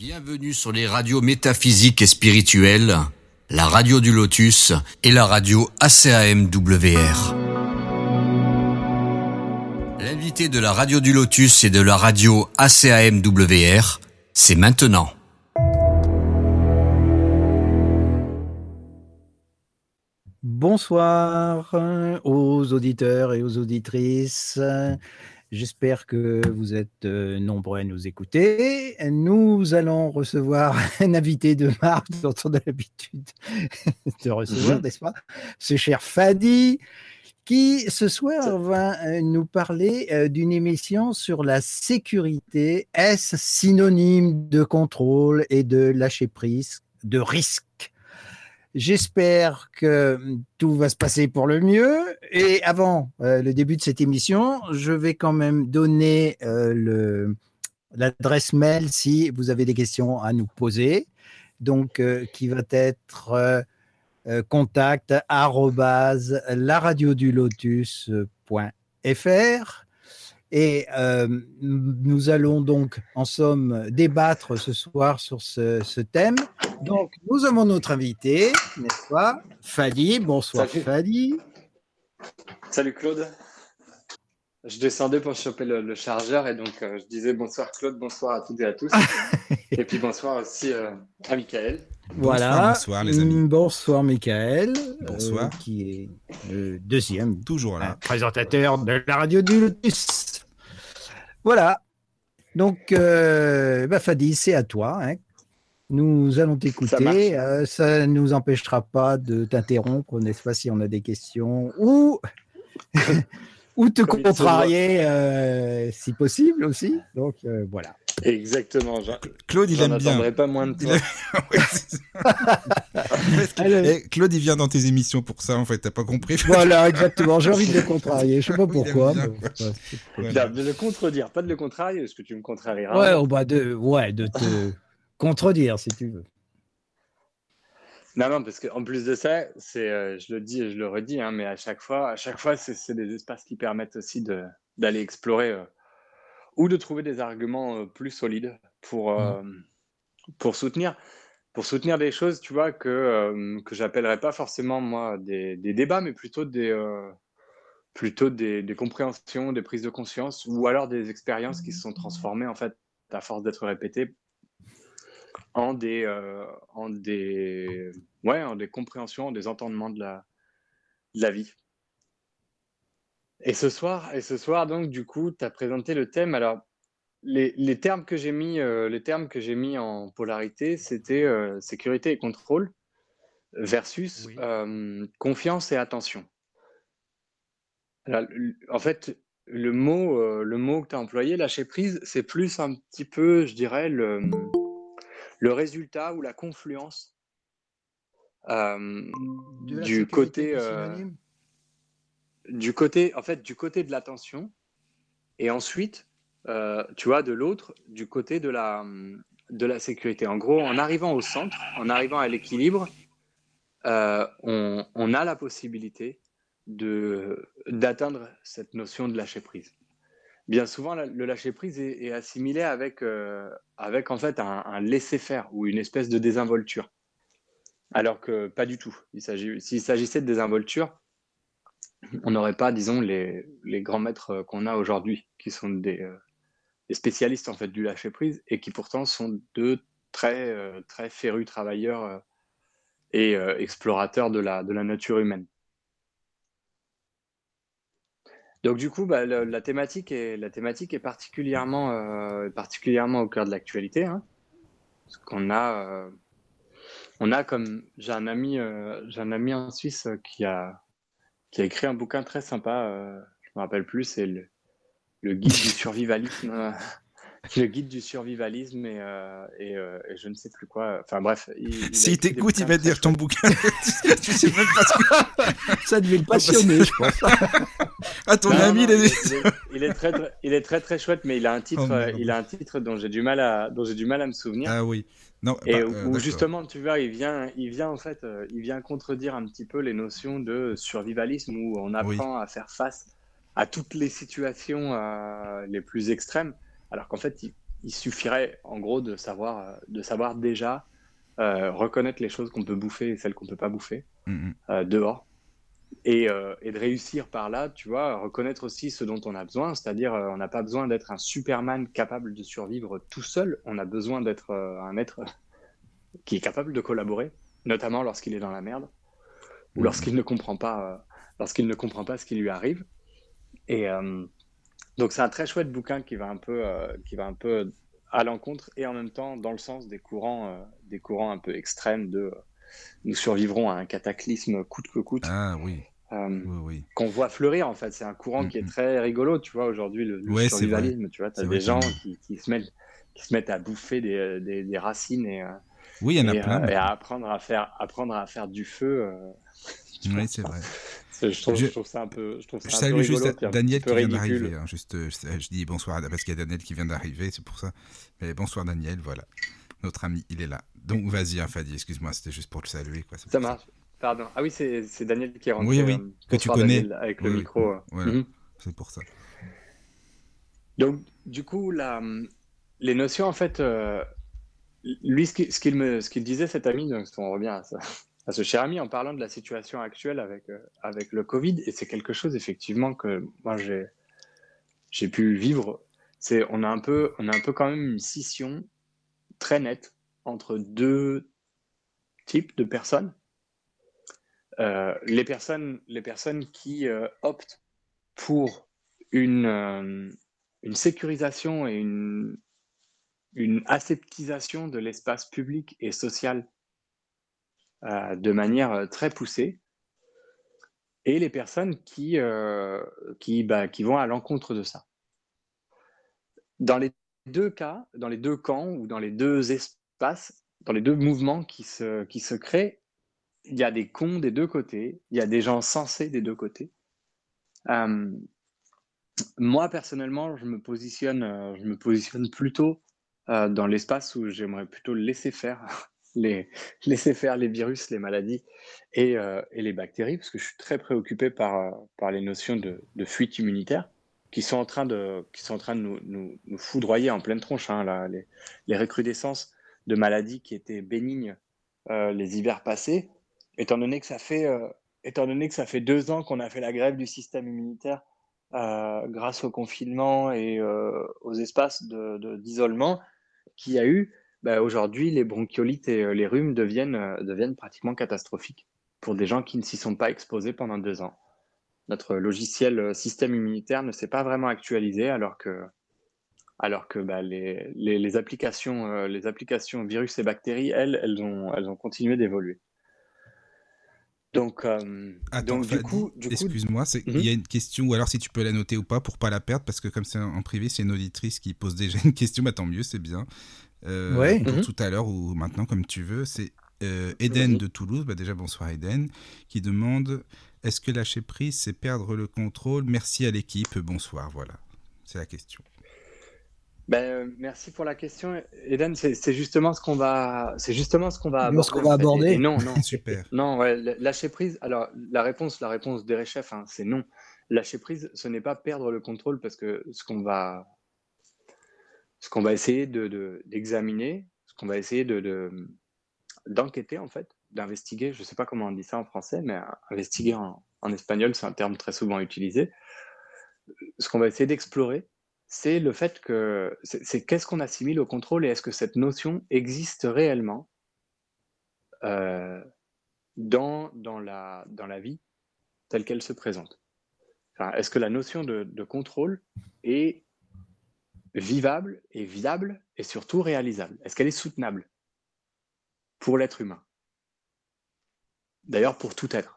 Bienvenue sur les radios métaphysiques et spirituelles, la radio du Lotus et la radio ACAMWR. L'invité de la radio du Lotus et de la radio ACAMWR, c'est maintenant. Bonsoir aux auditeurs et aux auditrices. J'espère que vous êtes nombreux à nous écouter. Nous allons recevoir un invité de marque dont on a l'habitude de recevoir, n'est-ce pas? Ce cher Fadi, qui ce soir va nous parler d'une émission sur la sécurité. Est-ce synonyme de contrôle et de lâcher prise, de risque? J'espère que tout va se passer pour le mieux. Et avant le début de cette émission, je vais quand même donner l'adresse mail si vous avez des questions à nous poser. Donc, qui va être contact@laradiodulotus.fr. Et nous allons donc, en somme, débattre ce soir sur ce thème. Donc, nous avons notre invité, n'est-ce pas, Fadi. Bonsoir. Salut. Fadi. Salut Claude. Je descendais pour choper le chargeur et donc je disais bonsoir Claude, bonsoir à toutes et à tous. Et puis bonsoir aussi à Michael. Voilà. Bonsoir les amis. Bonsoir Michael. Bonsoir. Qui est le deuxième. Toujours là. Présentateur de la radio du Lotus. Voilà. Donc, Fadi, c'est à toi. Hein. Nous allons t'écouter. Ça ne nous empêchera pas de t'interrompre, n'est-ce pas, si on a des questions ou te contrarier si possible aussi. Donc, voilà. Exactement. Claude, il aime bien. J'en pas moins de toi. Claude, il vient dans tes émissions pour ça, en fait. T'as pas compris? Voilà, exactement. J'ai envie de le contrarier. Je sais pas pourquoi. De le contredire, pas de le contrarier, parce que tu me contrarieras. De te contredire, si tu veux. Non, parce qu'en plus de ça, c'est, je le dis et je le redis, hein, mais à chaque fois, c'est des espaces qui permettent aussi d'aller explorer ou de trouver des arguments plus solides pour soutenir des choses, tu vois, que j'appellerais pas forcément moi des débats, mais plutôt des compréhensions, des prises de conscience, ou alors des expériences qui se sont transformées en fait à force d'être répétées en des compréhensions, des entendements de la vie. Et ce soir, donc, du coup, tu as présenté le thème. Alors, les termes que j'ai mis en polarité, c'était sécurité et contrôle versus confiance et attention. Alors, en fait, le mot que tu as employé, lâcher prise, c'est plus un petit peu, je dirais, le résultat ou la confluence du côté de l'attention, et ensuite tu vois, de l'autre, du côté de la sécurité. En gros, en arrivant au centre, en arrivant à l'équilibre, on a la possibilité d'atteindre cette notion de lâcher prise. Bien souvent, le lâcher prise est assimilé avec en fait un laisser-faire ou une espèce de désinvolture. Alors que pas du tout. S'il s'agissait de désinvolture, on n'aurait pas, disons, les grands maîtres qu'on a aujourd'hui, qui sont des spécialistes en fait du lâcher prise et qui pourtant sont de très très férus travailleurs et explorateurs de la nature humaine. Donc du coup, la thématique est particulièrement au cœur de l'actualité, hein, parce qu'on a comme j'ai un ami en Suisse qui a écrit un bouquin très sympa, je me rappelle plus, c'est le guide du survivalisme. Le guide du survivalisme et je ne sais plus quoi. Enfin bref. S'il t'écoute, il va te dire ton bouquin. Tu sais même pas ce que... Ça devait le passionner, je pense. Ah, ton ami, il est très très chouette, mais il a un titre dont j'ai du mal à me souvenir. Ah oui. Non, et où justement, tu vois, il vient en fait, il vient contredire un petit peu les notions de survivalisme où on apprend à faire face à toutes les situations les plus extrêmes. Alors qu'en fait, il suffirait en gros de savoir déjà reconnaître les choses qu'on peut bouffer et celles qu'on peut pas bouffer dehors. Et de réussir par là, tu vois, reconnaître aussi ce dont on a besoin, c'est-à-dire on n'a pas besoin d'être un Superman capable de survivre tout seul, on a besoin d'être un être qui est capable de collaborer, notamment lorsqu'il est dans la merde ou lorsqu'il ne comprend pas ce qui lui arrive. Et donc c'est un très chouette bouquin qui va un peu à l'encontre et en même temps dans le sens des courants un peu extrêmes de nous survivrons à un cataclysme coûte que coûte. Ah oui. Oui. Qu'on voit fleurir en fait. C'est un courant qui est très rigolo, tu vois, aujourd'hui, le survivalisme, tu vois, tu as des gens qui se mettent à bouffer des racines et, oui, il y en a plein, et à apprendre à faire du feu. Oui, c'est vrai. Je trouve ça un peu je salue rigolo, juste Daniel qui vient ridicule. d'arriver. Hein, je dis bonsoir parce qu'il y a Daniel qui vient d'arriver, c'est pour ça. Mais bonsoir Daniel, voilà. Notre ami, il est là. Donc vas-y, Fadi, excuse-moi, c'était juste pour le saluer. Quoi, ça marche. Pardon. Ah oui, c'est Daniel qui est rentré. Oui, que tu connais. Daniel, avec le micro. Voilà, c'est pour ça. Donc, du coup, les notions, en fait, lui, ce qu'il disait, cet ami, donc on revient à ce cher ami, en parlant de la situation actuelle avec le Covid, et c'est quelque chose, effectivement, que moi, j'ai pu vivre. On a un peu quand même une scission très nette entre deux types de personnes. Les personnes qui optent pour une sécurisation et une aseptisation de l'espace public et social de manière très poussée, et les personnes qui vont à l'encontre de ça. Dans les deux cas, dans les deux camps ou dans les deux espaces, dans les deux mouvements qui se créent, il y a des cons des deux côtés, il y a des gens sensés des deux côtés. Moi, personnellement, je me positionne plutôt dans l'espace où j'aimerais plutôt laisser faire les virus, les maladies et les bactéries, parce que je suis très préoccupé par les notions de fuite immunitaire qui sont en train de nous foudroyer en pleine tronche. Hein, là, les recrudescences de maladies qui étaient bénignes les hivers passés, étant donné que ça fait 2 ans qu'on a fait la grève du système immunitaire grâce au confinement et aux espaces d'isolement qu'il y a eu, aujourd'hui, les bronchiolites et les rhumes deviennent pratiquement catastrophiques pour des gens qui ne s'y sont pas exposés pendant 2 ans. Notre logiciel système immunitaire ne s'est pas vraiment actualisé alors que les applications virus et bactéries, elles ont continué d'évoluer. Donc, Attends, du coup, excuse-moi, il y a une question, ou alors si tu peux la noter ou pas pour pas la perdre, parce que comme c'est en privé, c'est une auditrice qui pose déjà une question, tant mieux, c'est bien. Pour tout à l'heure ou maintenant, comme tu veux, c'est Eden de Toulouse, déjà bonsoir Eden, qui demande est-ce que lâcher prise, c'est perdre le contrôle? Merci à l'équipe, bonsoir, voilà, c'est la question. Merci pour la question, Eden. C'est justement ce qu'on va aborder. Et non, super. Non, ouais, lâcher prise. Alors la réponse d'Erechef, hein, c'est non. Lâcher prise, ce n'est pas perdre le contrôle, parce que ce qu'on va essayer d'examiner, ce qu'on va essayer d'enquêter en fait, d'investiguer. Je sais pas comment on dit ça en français, mais investiguer en espagnol, c'est un terme très souvent utilisé. Ce qu'on va essayer d'explorer, c'est le fait que c'est qu'est-ce qu'on assimile au contrôle et est-ce que cette notion existe réellement dans la vie telle qu'elle se présente. Enfin, est-ce que la notion de contrôle est vivable et viable et surtout réalisable? Est-ce qu'elle est soutenable pour l'être humain? D'ailleurs, pour tout être.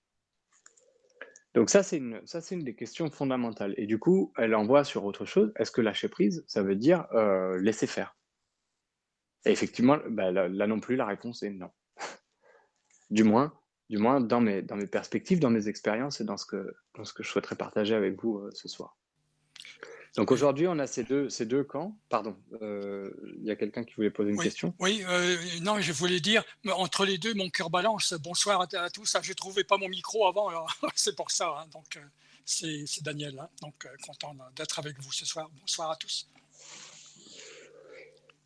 Donc ça, c'est une des questions fondamentales. Et du coup, elle envoie sur autre chose. Est-ce que lâcher prise, ça veut dire laisser faire? Et effectivement, là non plus, la réponse est non. du moins dans mes perspectives, dans mes expériences et dans ce que je souhaiterais partager avec vous ce soir. Donc aujourd'hui, on a ces deux camps. Pardon, il y a quelqu'un qui voulait poser une question. Oui, non, je voulais dire, entre les deux, mon cœur balance. Bonsoir à tous. Je ne trouvais pas mon micro avant, alors c'est pour ça. Hein, donc, c'est Daniel. Hein, donc, content d'être avec vous ce soir. Bonsoir à tous.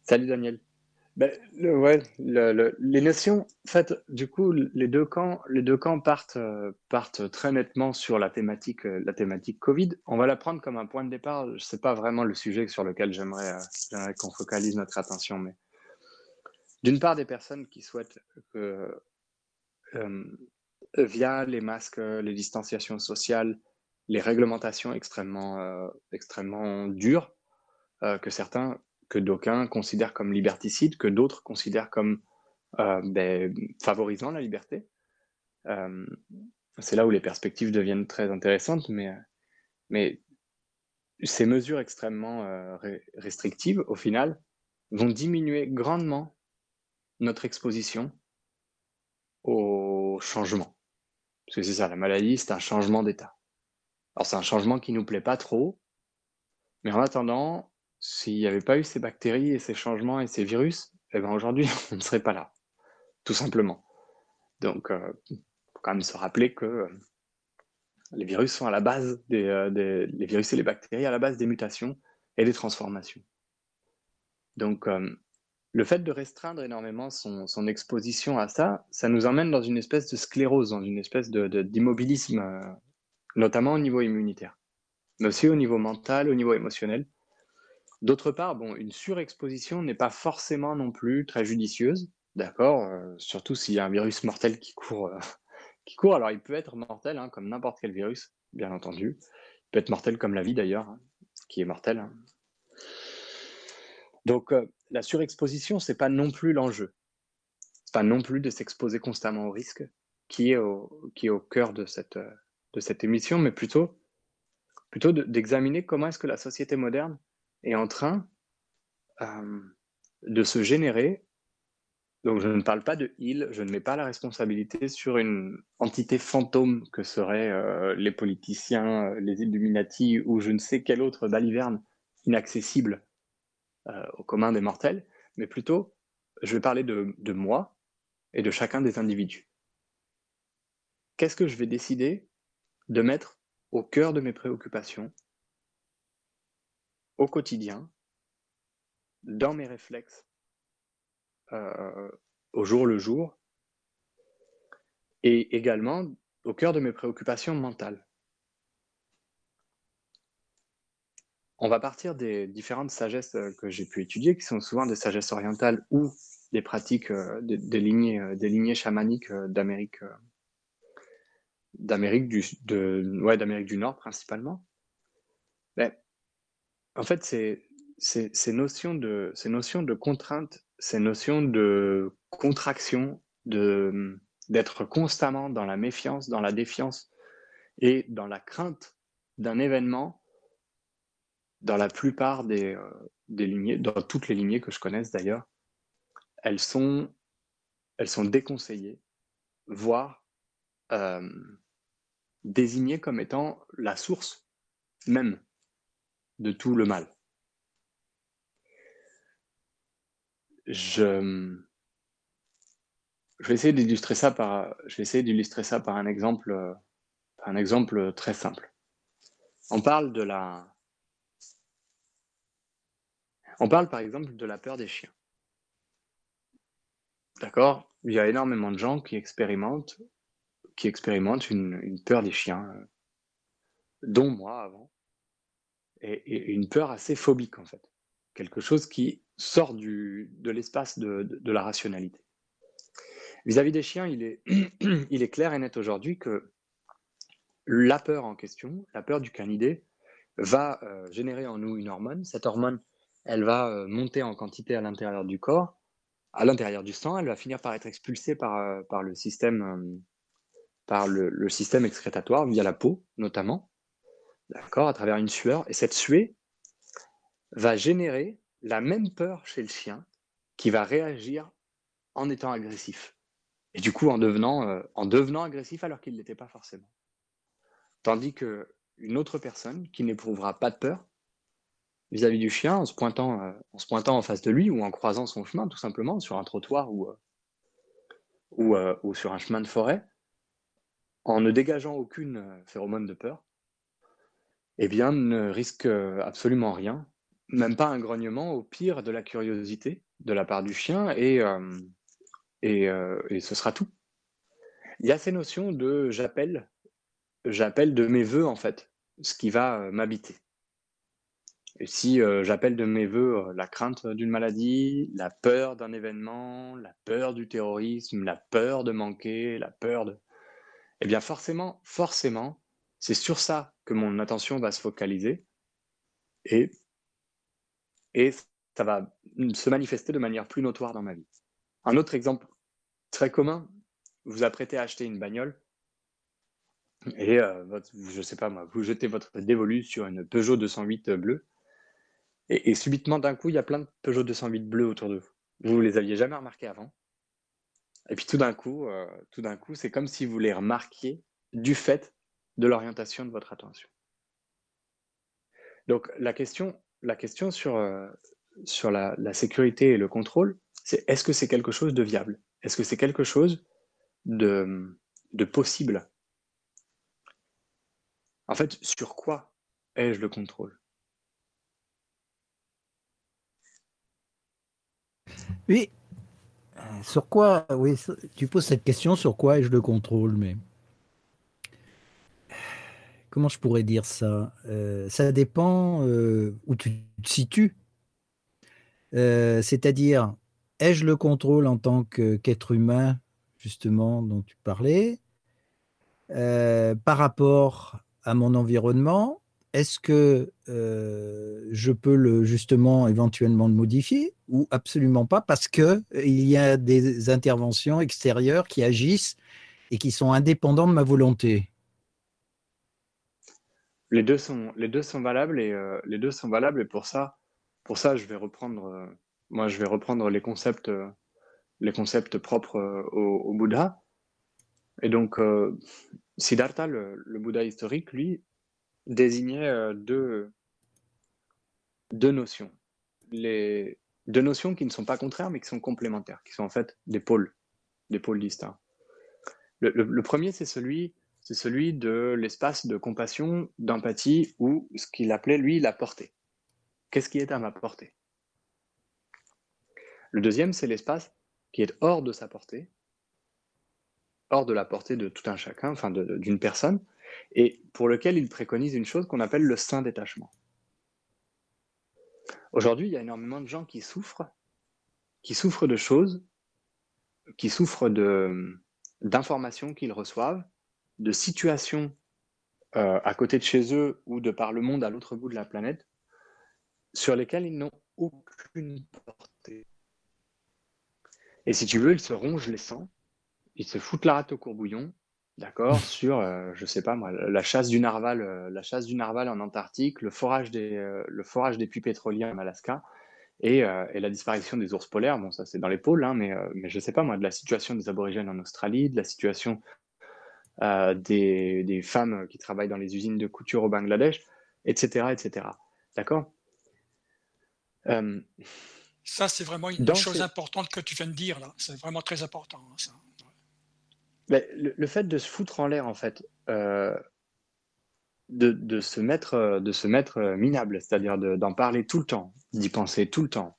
Salut Daniel. Ben, les notions, en fait, du coup, les deux camps partent très nettement sur la thématique Covid. On va la prendre comme un point de départ. C'est pas vraiment le sujet sur lequel j'aimerais qu'on focalise notre attention, mais d'une part, des personnes qui souhaitent que, via les masques, les distanciations sociales, les réglementations extrêmement dures, que d'aucuns considèrent comme liberticides, que d'autres considèrent comme favorisant la liberté. C'est là où les perspectives deviennent très intéressantes, mais ces mesures extrêmement restrictives, au final, vont diminuer grandement notre exposition au changement. Parce que c'est ça, la maladie, c'est un changement d'état. Alors c'est un changement qui nous plaît pas trop, mais en attendant, s'il n'y avait pas eu ces bactéries et ces changements et ces virus, eh ben aujourd'hui, on ne serait pas là, tout simplement. Donc, faut quand même se rappeler que les virus sont à la base les virus et les bactéries à la base des mutations et des transformations. Donc, le fait de restreindre énormément son exposition à ça, ça nous emmène dans une espèce de sclérose, dans une espèce d'immobilisme, notamment au niveau immunitaire, mais aussi au niveau mental, au niveau émotionnel. D'autre part, bon, une surexposition n'est pas forcément non plus très judicieuse, d'accord, surtout s'il y a un virus mortel qui court. Alors il peut être mortel, hein, comme n'importe quel virus, bien entendu. Il peut être mortel comme la vie d'ailleurs, hein, qui est mortelle. Hein. Donc la surexposition, c'est pas non plus l'enjeu. C'est pas non plus de s'exposer constamment au risque qui est au cœur de cette émission, mais plutôt d'examiner comment est-ce que la société moderne est en train de se générer. Donc je ne parle pas de il, je ne mets pas la responsabilité sur une entité fantôme que seraient les politiciens, les Illuminati ou je ne sais quelle autre baliverne inaccessible au commun des mortels, mais plutôt je vais parler de moi et de chacun des individus. Qu'est-ce que je vais décider de mettre au cœur de mes préoccupations, au quotidien, dans mes réflexes, au jour le jour, et également au cœur de mes préoccupations mentales. On va partir des différentes sagesses que j'ai pu étudier, qui sont souvent des sagesses orientales ou des pratiques des lignées chamaniques d'Amérique du Nord principalement. Mais, en fait, ces notions de contrainte, ces notions de contraction, d'être constamment dans la méfiance, dans la défiance et dans la crainte d'un événement, dans la plupart des lignées, dans toutes les lignées que je connaisse d'ailleurs, elles sont déconseillées, voire désignées comme étant la source même de tout le mal. Je vais essayer d'illustrer ça par un exemple très simple. On parle par exemple de la peur des chiens. D'accord ? Il y a énormément de gens qui expérimentent une peur des chiens, dont moi avant, et une peur assez phobique en fait. Quelque chose qui sort de l'espace de la rationalité. Vis-à-vis des chiens, il est clair et net aujourd'hui que la peur en question, la peur du canidé, va générer en nous une hormone. Cette hormone, elle va monter en quantité à l'intérieur du corps, à l'intérieur du sang, elle va finir par être expulsée par le système excrétatoire via la peau notamment, d'accord, à travers une sueur. Et cette suée va générer la même peur chez le chien qui va réagir en étant agressif. Et du coup, en devenant agressif alors qu'il ne l'était pas forcément. Tandis qu'une autre personne qui n'éprouvera pas de peur vis-à-vis du chien, en se pointant en face de lui ou en croisant son chemin, tout simplement, sur un trottoir ou sur un chemin de forêt, en ne dégageant aucune phéromone de peur, eh bien, ne risque absolument rien, même pas un grognement, au pire de la curiosité de la part du chien, et ce sera tout. Il y a ces notions de j'appelle de mes voeux, en fait, ce qui va m'habiter. Et si j'appelle de mes voeux la crainte d'une maladie, la peur d'un événement, la peur du terrorisme, la peur de manquer, la peur de... Eh bien forcément, c'est sur ça que mon attention va se focaliser et ça va se manifester de manière plus notoire dans ma vie. Un autre exemple très commun, vous vous apprêtez à acheter une bagnole et je sais pas moi, vous jetez votre dévolu sur une Peugeot 208 bleue et subitement d'un coup, il y a plein de Peugeot 208 bleus autour de vous. Vous ne les aviez jamais remarqués avant. Et puis tout d'un coup, c'est comme si vous les remarquiez du fait de l'orientation de votre attention. Donc la question sur la sécurité et le contrôle, c'est est-ce que c'est quelque chose de viable? Est-ce que c'est quelque chose de possible? En fait, sur quoi ai-je le contrôle? Oui. Sur quoi, oui, tu poses cette question, sur quoi ai-je le contrôle, mais comment je pourrais dire ça? Ça dépend où tu te situes. C'est-à-dire, ai-je le contrôle en tant qu'être humain, justement, dont tu parlais, par rapport à mon environnement? Est-ce que je peux justement éventuellement le modifier ou absolument pas parce que il y a des interventions extérieures qui agissent et qui sont indépendants de ma volonté? Les deux sont valables et pour ça, je vais reprendre les concepts propres au Bouddha. Et donc, Siddhartha, le Bouddha historique, lui, désignait deux notions. Les deux notions qui ne sont pas contraires, mais qui sont complémentaires, qui sont en fait des pôles distincts. Le premier, c'est celui de l'espace de compassion, d'empathie, ou ce qu'il appelait, lui, la portée. Qu'est-ce qui est à ma portée? Le deuxième, c'est l'espace qui est hors de sa portée, hors de la portée de tout un chacun, enfin d'une personne, et pour lequel il préconise une chose qu'on appelle le sain détachement. Aujourd'hui, il y a énormément de gens qui souffrent de choses, qui souffrent d'informations qu'ils reçoivent, de situations à côté de chez eux ou de par le monde à l'autre bout de la planète, sur lesquelles ils n'ont aucune portée. Et si tu veux, ils se rongent les sangs, ils se foutent la rate au courbouillon, d'accord, sur, je sais pas moi, la chasse du narval en Antarctique, le forage des puits pétroliers en Alaska, et la disparition des ours polaires. Bon, ça c'est dans les pôles, hein, mais je sais pas moi, de la situation des aborigènes en Australie, de la situation des femmes qui travaillent dans les usines de couture au Bangladesh, etc. D'accord? Ça, c'est vraiment une chose importante que tu viens de dire, là. C'est vraiment très important, hein, ça. Mais le fait de se foutre en l'air, en fait, de se mettre minable, c'est-à-dire d'en parler tout le temps, d'y penser tout le temps,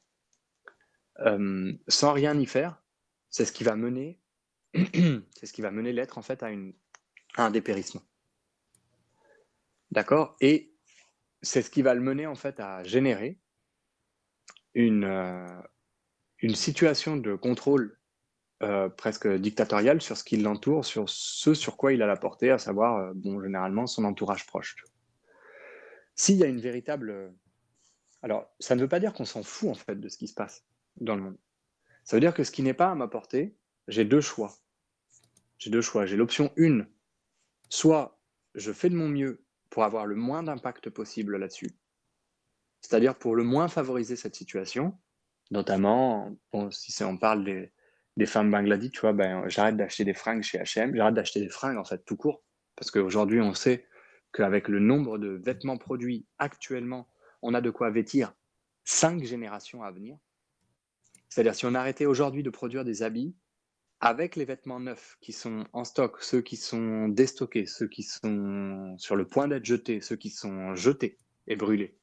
sans rien y faire, c'est ce qui va mener l'être, en fait, à un dépérissement. D'accord? Et c'est ce qui va le mener, en fait, à générer une situation de contrôle presque dictatorial sur ce qui l'entoure, sur ce sur quoi il a la portée, à savoir, généralement, son entourage proche. S'il y a une véritable... Alors, ça ne veut pas dire qu'on s'en fout, en fait, de ce qui se passe dans le monde. Ça veut dire que ce qui n'est pas à ma portée, j'ai deux choix. J'ai l'option 1, soit je fais de mon mieux pour avoir le moins d'impact possible là-dessus, c'est-à-dire pour le moins favoriser cette situation, notamment, si on parle des femmes Bangladis, tu vois, j'arrête d'acheter des fringues chez H&M, j'arrête d'acheter des fringues, en fait, tout court, parce qu'aujourd'hui, on sait qu'avec le nombre de vêtements produits actuellement, on a de quoi vêtir 5 générations à venir. C'est-à-dire, si on arrêtait aujourd'hui de produire des habits, avec les vêtements neufs qui sont en stock, ceux qui sont déstockés, ceux qui sont sur le point d'être jetés, ceux qui sont jetés et brûlés,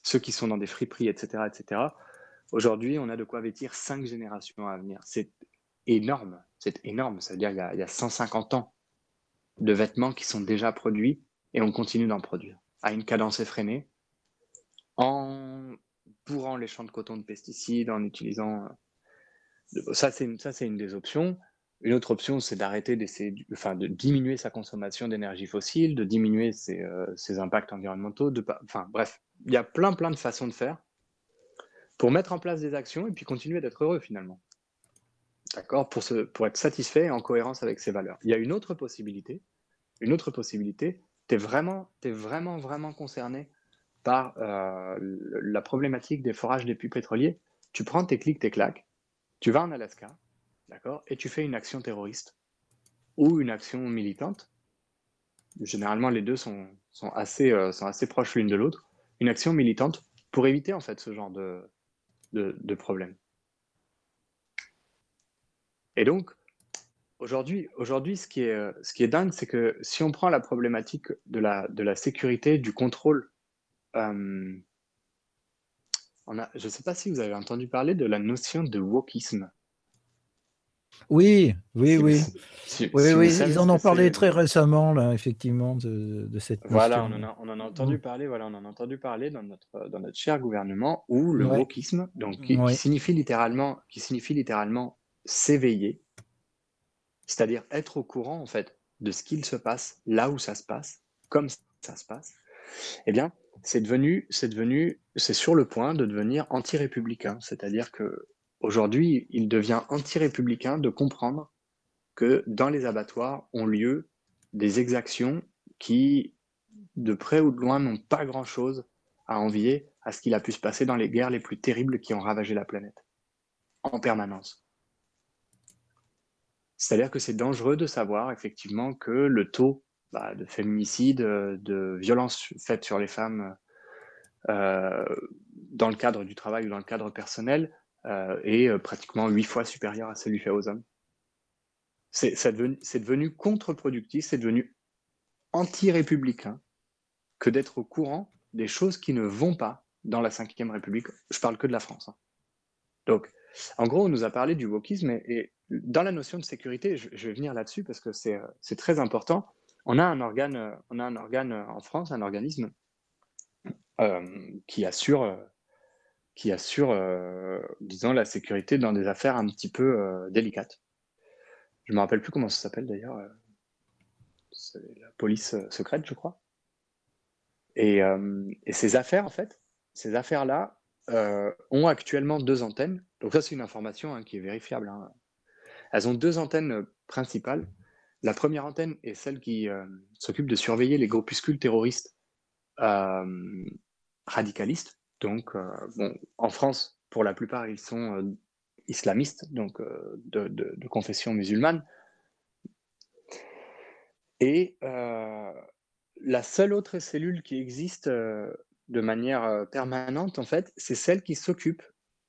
ceux qui sont dans des friperies, etc., etc. Aujourd'hui, on a de quoi vêtir 5 générations à venir. C'est énorme, c'est-à-dire il y a 150 ans de vêtements qui sont déjà produits et on continue d'en produire à une cadence effrénée en bourrant les champs de coton de pesticides, en utilisant... Ça, c'est une des options. Une autre option, c'est d'arrêter de diminuer sa consommation d'énergie fossile, de diminuer ses impacts environnementaux. Bref, il y a plein de façons de faire pour mettre en place des actions et puis continuer d'être heureux finalement. D'accord, pour être satisfait et en cohérence avec ses valeurs. Il y a une autre possibilité, tu es vraiment concerné par la problématique des forages des puits pétroliers. Tu prends tes clics, tes claques, tu vas en Alaska, d'accord, et tu fais une action terroriste ou une action militante. Généralement, les deux sont assez proches l'une de l'autre. Une action militante pour éviter en fait ce genre de problème. Et donc, aujourd'hui, ce qui est dingue, c'est que si on prend la problématique de la sécurité, du contrôle, je ne sais pas si vous avez entendu parler de la notion de wokisme. Oui. Si Ils en ont parlé très récemment, là, effectivement, de cette notion. Voilà, on en a entendu parler. Voilà, on en a entendu parler dans notre cher gouvernement, où le wokisme, donc qui signifie littéralement s'éveiller, c'est-à-dire être au courant en fait de ce qu'il se passe là où ça se passe, comme ça se passe. Eh bien, c'est sur le point de devenir anti-républicain, c'est-à-dire que aujourd'hui, il devient anti-républicain de comprendre que dans les abattoirs ont lieu des exactions qui, de près ou de loin, n'ont pas grand-chose à envier à ce qu'il a pu se passer dans les guerres les plus terribles qui ont ravagé la planète, en permanence. C'est-à-dire que c'est dangereux de savoir effectivement que le taux de féminicide, de violences faites sur les femmes dans le cadre du travail ou dans le cadre personnel est pratiquement 8 fois supérieur à celui fait aux hommes. C'est devenu contre-productif, c'est devenu anti-républicain que d'être au courant des choses qui ne vont pas dans la Ve République. Je parle que de la France. Donc, en gros, on nous a parlé du wokisme et dans la notion de sécurité, je vais venir là-dessus parce que c'est très important. On a un organe en France, un organisme qui assure, disons, la sécurité dans des affaires un petit peu délicates. Je ne me rappelle plus comment ça s'appelle d'ailleurs. C'est la police secrète, je crois. Et ces affaires, en fait, ces affaires-là ont actuellement 2 antennes. Donc ça, c'est une information qui est vérifiable. Elles ont 2 antennes principales. La première antenne est celle qui s'occupe de surveiller les groupuscules terroristes radicalistes. Donc, en France, pour la plupart, ils sont islamistes, donc de confession musulmane. Et la seule autre cellule qui existe de manière permanente, en fait, c'est celle qui s'occupe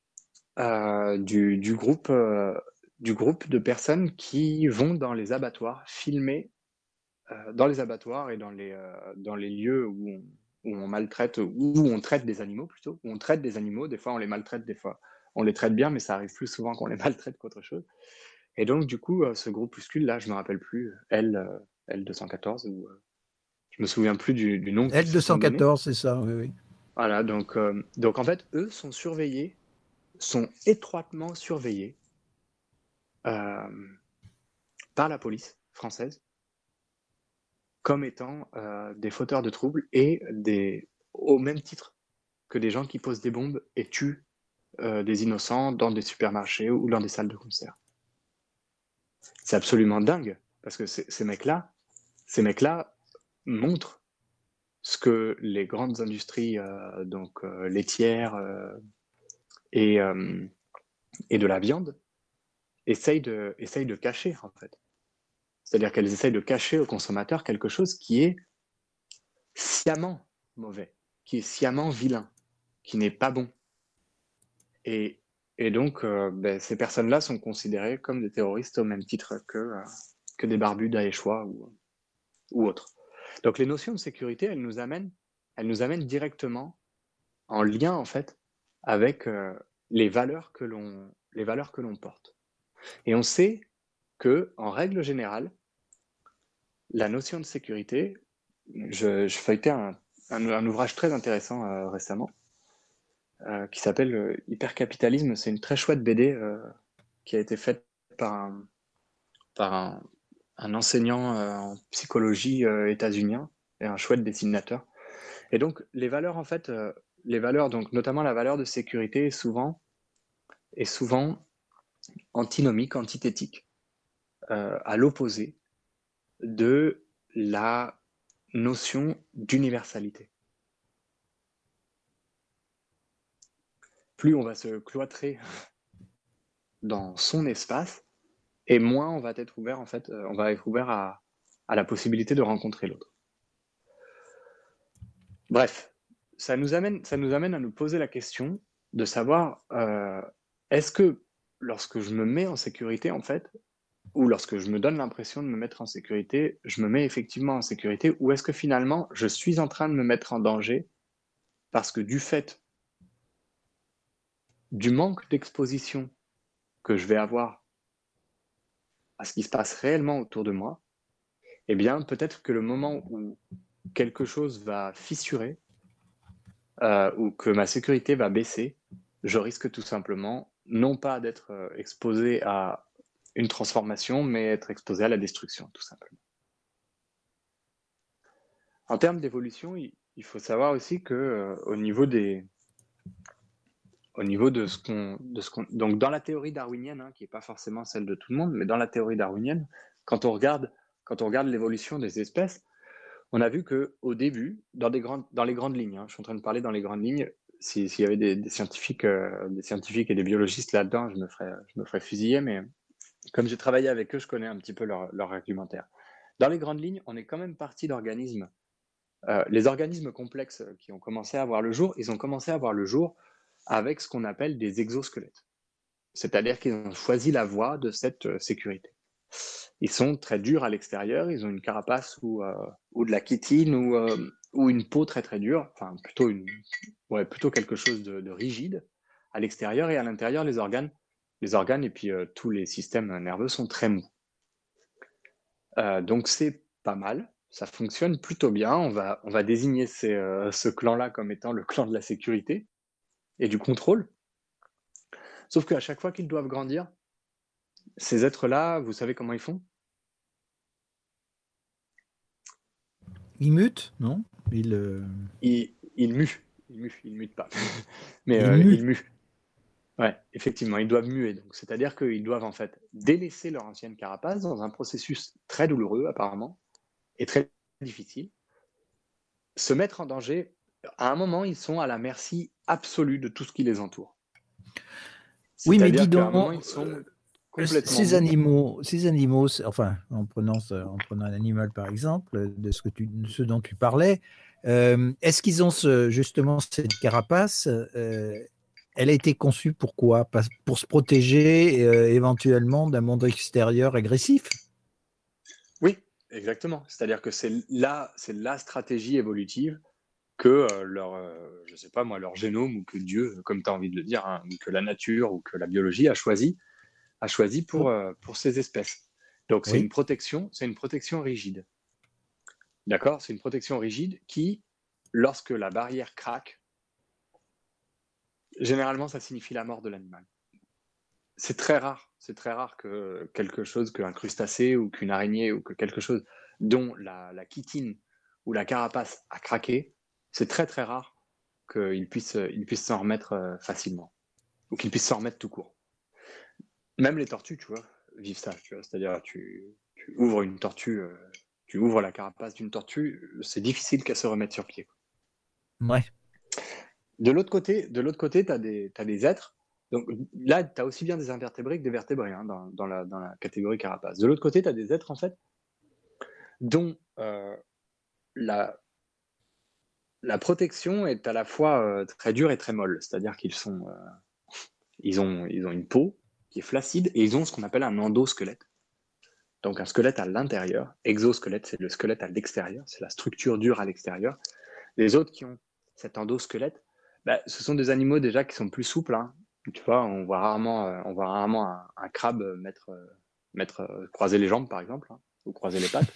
du groupe de personnes qui vont dans les abattoirs filmer dans les abattoirs et dans les lieux où on maltraite, où on traite des animaux plutôt, où on traite des animaux, des fois on les maltraite, des fois on les traite bien, mais ça arrive plus souvent qu'on les maltraite qu'autre chose. Et donc du coup, ce groupuscule là, je me rappelle plus, L214, ou je me souviens plus du nom. L214, c'est ça, oui. Voilà, donc en fait, eux sont étroitement surveillés par la police française comme étant des fauteurs de troubles et au même titre que des gens qui posent des bombes et tuent des innocents dans des supermarchés ou dans des salles de concert. C'est absolument dingue, parce que ces mecs-là montrent ce que les grandes industries laitières et de la viande essayent de cacher, en fait. C'est-à-dire qu'elles essayent de cacher aux consommateurs quelque chose qui est sciemment mauvais, qui est sciemment vilain, qui n'est pas bon. Et donc, ces personnes-là sont considérées comme des terroristes au même titre que des barbus daéchois ou autres. Donc les notions de sécurité, elles nous amènent directement en lien en fait avec les valeurs que l'on porte. Et on sait que, en règle générale, la notion de sécurité, je feuilletais un ouvrage très intéressant récemment qui s'appelle Hypercapitalisme. C'est une très chouette BD qui a été faite par un enseignant en psychologie états-unien et un chouette dessinateur. Et donc, les valeurs, en fait, donc, notamment la valeur de sécurité, est souvent antinomique, antithétique, à l'opposé de la notion d'universalité. Plus on va se cloîtrer dans son espace, et moins on va être ouvert, en fait, on va être ouvert à la possibilité de rencontrer l'autre. Bref, ça nous amène à nous poser la question de savoir est-ce que lorsque je me mets en sécurité, en fait, ou lorsque je me donne l'impression de me mettre en sécurité, je me mets effectivement en sécurité, ou est-ce que finalement je suis en train de me mettre en danger parce que du fait du manque d'exposition que je vais avoir à ce qui se passe réellement autour de moi, eh bien peut-être que le moment où quelque chose va fissurer ou que ma sécurité va baisser, je risque tout simplement non pas d'être exposé à une transformation, mais être exposé à la destruction, tout simplement. En termes d'évolution, il faut savoir aussi que au niveau de ce qu'on, donc dans la théorie darwinienne, hein, qui n'est pas forcément celle de tout le monde, mais dans la théorie darwinienne, quand on regarde l'évolution des espèces, on a vu que au début, dans les grandes lignes, hein, je suis en train de parler dans les grandes lignes. S'il y avait des scientifiques et des biologistes là-dedans, je me ferais fusiller, mais comme j'ai travaillé avec eux, je connais un petit peu leur argumentaire. Dans les grandes lignes, on est quand même parti d'organismes. Les organismes complexes qui ont commencé à voir le jour, ils ont commencé à voir le jour avec ce qu'on appelle des exosquelettes. C'est-à-dire qu'ils ont choisi la voie de cette sécurité. Ils sont très durs à l'extérieur, ils ont une carapace ou de la chitine ou une peau très très dure, enfin plutôt quelque chose de rigide à l'extérieur, et à l'intérieur les organes et puis tous les systèmes nerveux sont très mous. Donc c'est pas mal, ça fonctionne plutôt bien. On va désigner ce clan-là comme étant le clan de la sécurité et du contrôle. Sauf qu'à chaque fois qu'ils doivent grandir, ces êtres-là, vous savez comment ils font? Ils mutent, non? Ils muent. Ils mutent pas. Mais ils muent. Ouais, effectivement, ils doivent muer. Donc, c'est-à-dire qu'ils doivent en fait délaisser leur ancienne carapace dans un processus très douloureux apparemment et très difficile, se mettre en danger. À un moment, ils sont à la merci absolue de tout ce qui les entoure. Oui, mais dis donc, moment, ils sont ces animaux, enfin, en prenant un animal par exemple, de ce dont tu parlais, est-ce qu'ils ont justement cette carapace? Elle a été conçue pour quoi? Pour se protéger éventuellement d'un monde extérieur agressif? Oui, exactement. C'est-à-dire que c'est la stratégie évolutive que je sais pas moi, leur génome, ou que Dieu, comme tu as envie de le dire, hein, ou que la nature ou que la biologie a choisi pour ces espèces. Donc c'est une protection rigide. D'accord? C'est une protection rigide qui, lorsque la barrière craque, généralement ça signifie la mort de l'animal. C'est très rare que quelque chose, qu'un crustacé ou qu'une araignée ou que quelque chose dont la chitine ou la carapace a craqué, c'est très très rare qu'il puisse s'en remettre facilement, ou qu'il puisse s'en remettre tout court. Même les tortues, tu vois, vivent ça, tu vois. C'est-à-dire, tu ouvres une tortue, tu ouvres la carapace d'une tortue, c'est difficile qu'elle se remette sur pied. Ouais. De l'autre côté, tu as des êtres. Donc là, tu as aussi bien des invertébrés que des vertébrés, hein, dans la catégorie carapace. De l'autre côté, tu as des êtres, en fait, dont la protection est à la fois très dure et très molle. C'est-à-dire qu'ils ont une peau qui est flaccide, et ils ont ce qu'on appelle un endosquelette. Donc un squelette à l'intérieur. Exosquelette, c'est le squelette à l'extérieur, c'est la structure dure à l'extérieur. Les autres qui ont cet endosquelette, Ce sont des animaux déjà qui sont plus souples. Hein. Tu vois, on voit rarement un crabe croiser les jambes, par exemple, hein, ou croiser les pattes.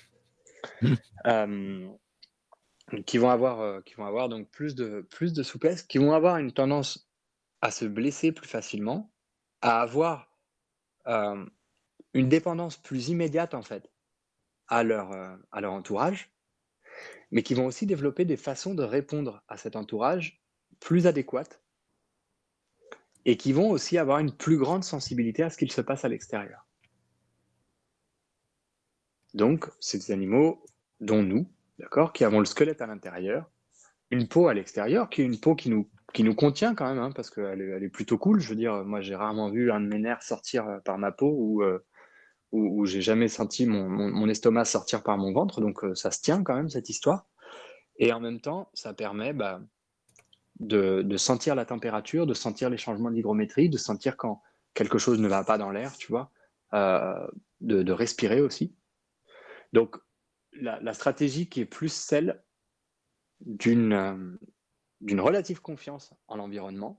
Qui vont avoir donc plus de souplesse, qui vont avoir une tendance à se blesser plus facilement, à avoir une dépendance plus immédiate en fait à leur entourage, mais qui vont aussi développer des façons de répondre à cet entourage plus adéquates et qui vont aussi avoir une plus grande sensibilité à ce qu'il se passe à l'extérieur. Donc, c'est des animaux dont nous, d'accord, qui avons le squelette à l'intérieur, une peau à l'extérieur, qui est une peau qui nous contient quand même, hein, parce qu'elle est plutôt cool. Je veux dire, moi, j'ai rarement vu un de mes nerfs sortir par ma peau ou j'ai jamais senti mon estomac sortir par mon ventre, donc ça se tient quand même, cette histoire. Et en même temps, ça permet de sentir la température, de sentir les changements de l'hygrométrie, de sentir quand quelque chose ne va pas dans l'air, tu vois, de respirer aussi. Donc, la stratégie qui est plus celle d'une relative confiance en l'environnement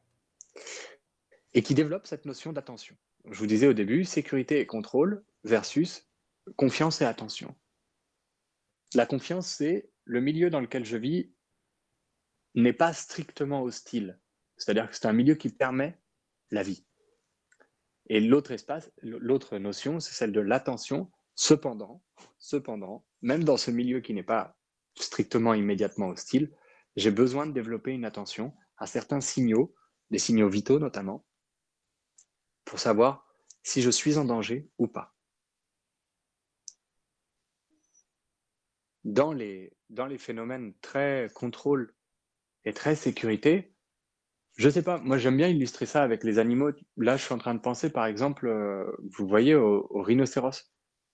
et qui développe cette notion d'attention. Je vous disais au début, sécurité et contrôle versus confiance et attention. La confiance, c'est le milieu dans lequel je vis n'est pas strictement hostile. C'est-à-dire que c'est un milieu qui permet la vie. Et l'autre notion, c'est celle de l'attention. Cependant, même dans ce milieu qui n'est pas strictement immédiatement hostile, j'ai besoin de développer une attention à certains signaux, des signaux vitaux notamment, pour savoir si je suis en danger ou pas. Dans les phénomènes très contrôle et très sécurité, je sais pas, moi j'aime bien illustrer ça avec les animaux. Là, je suis en train de penser par exemple, vous voyez, au rhinocéros.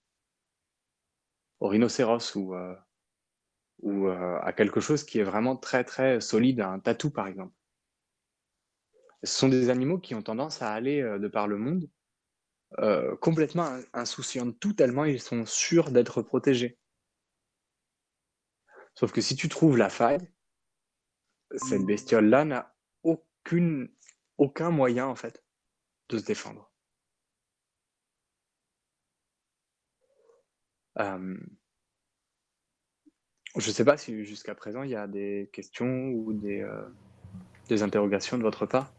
Au rhinocéros ou à quelque chose qui est vraiment très très solide, un tatou par exemple. Ce sont des animaux qui ont tendance à aller de par le monde complètement insouciants de tout, tellement ils sont sûrs d'être protégés. Sauf que si tu trouves la faille, cette bestiole-là n'a aucun moyen en fait de se défendre. Je ne sais pas si jusqu'à présent il y a des questions ou des interrogations de votre part.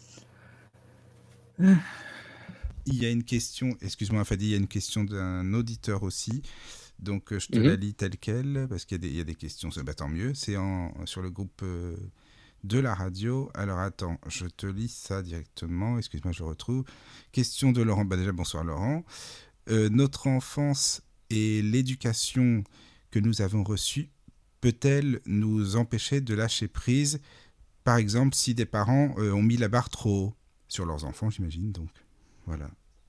Il y a une question, excuse-moi Fadi, il y a une question d'un auditeur aussi. Donc je te la lis telle quelle, parce qu'il y a des questions, tant mieux. C'est sur le groupe de la radio. Alors attends, je te lis ça directement. Excuse-moi, je le retrouve. Question de Laurent. Déjà, bonsoir Laurent. Notre enfance et l'éducation que nous avons reçue peut-elle nous empêcher de lâcher prise, par exemple, si des parents ont mis la barre trop haut sur leurs enfants, j'imagine. Donc, voilà.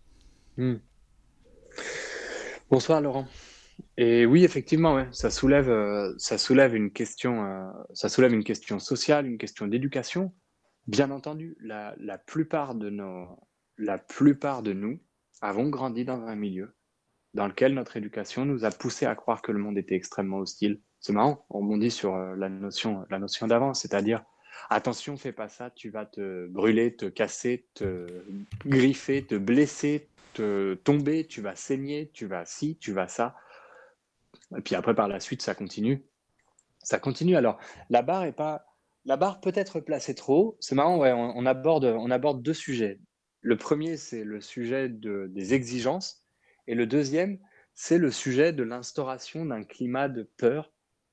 Bonsoir Laurent. Et oui, effectivement, ouais, ça soulève une question sociale, une question d'éducation. Bien entendu, la plupart de nous avons grandi dans un milieu dans lequel notre éducation nous a poussé à croire que le monde était extrêmement hostile. C'est marrant, on rebondit sur la notion d'avant, c'est-à-dire attention, fais pas ça, tu vas te brûler, te casser, te griffer, te blesser, te tomber, tu vas saigner, tu vas ci, tu vas ça. Et puis après, par la suite, ça continue. Ça continue. Alors, la barre peut être placée trop haut. C'est marrant, ouais, on aborde deux sujets. Le premier, c'est le sujet des exigences. Et le deuxième, c'est le sujet de l'instauration d'un climat de peur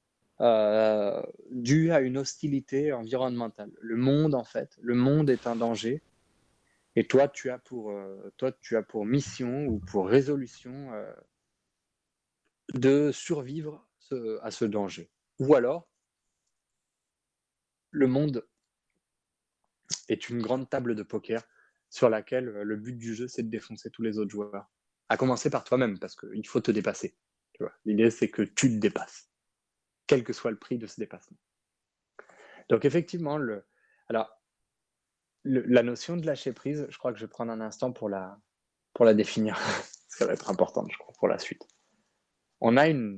dû à une hostilité environnementale. Le monde est un danger. Et toi, tu as pour mission ou pour résolution de survivre à ce danger. Ou alors, le monde est une grande table de poker sur laquelle le but du jeu, c'est de défoncer tous les autres joueurs. À commencer par toi-même, parce qu'il faut te dépasser. Tu vois. L'idée, c'est que tu te dépasses, quel que soit le prix de ce dépassement. Donc effectivement, la notion de lâcher prise, je crois que je vais prendre un instant pour la définir. Ça va être important, je crois, pour la suite. On a une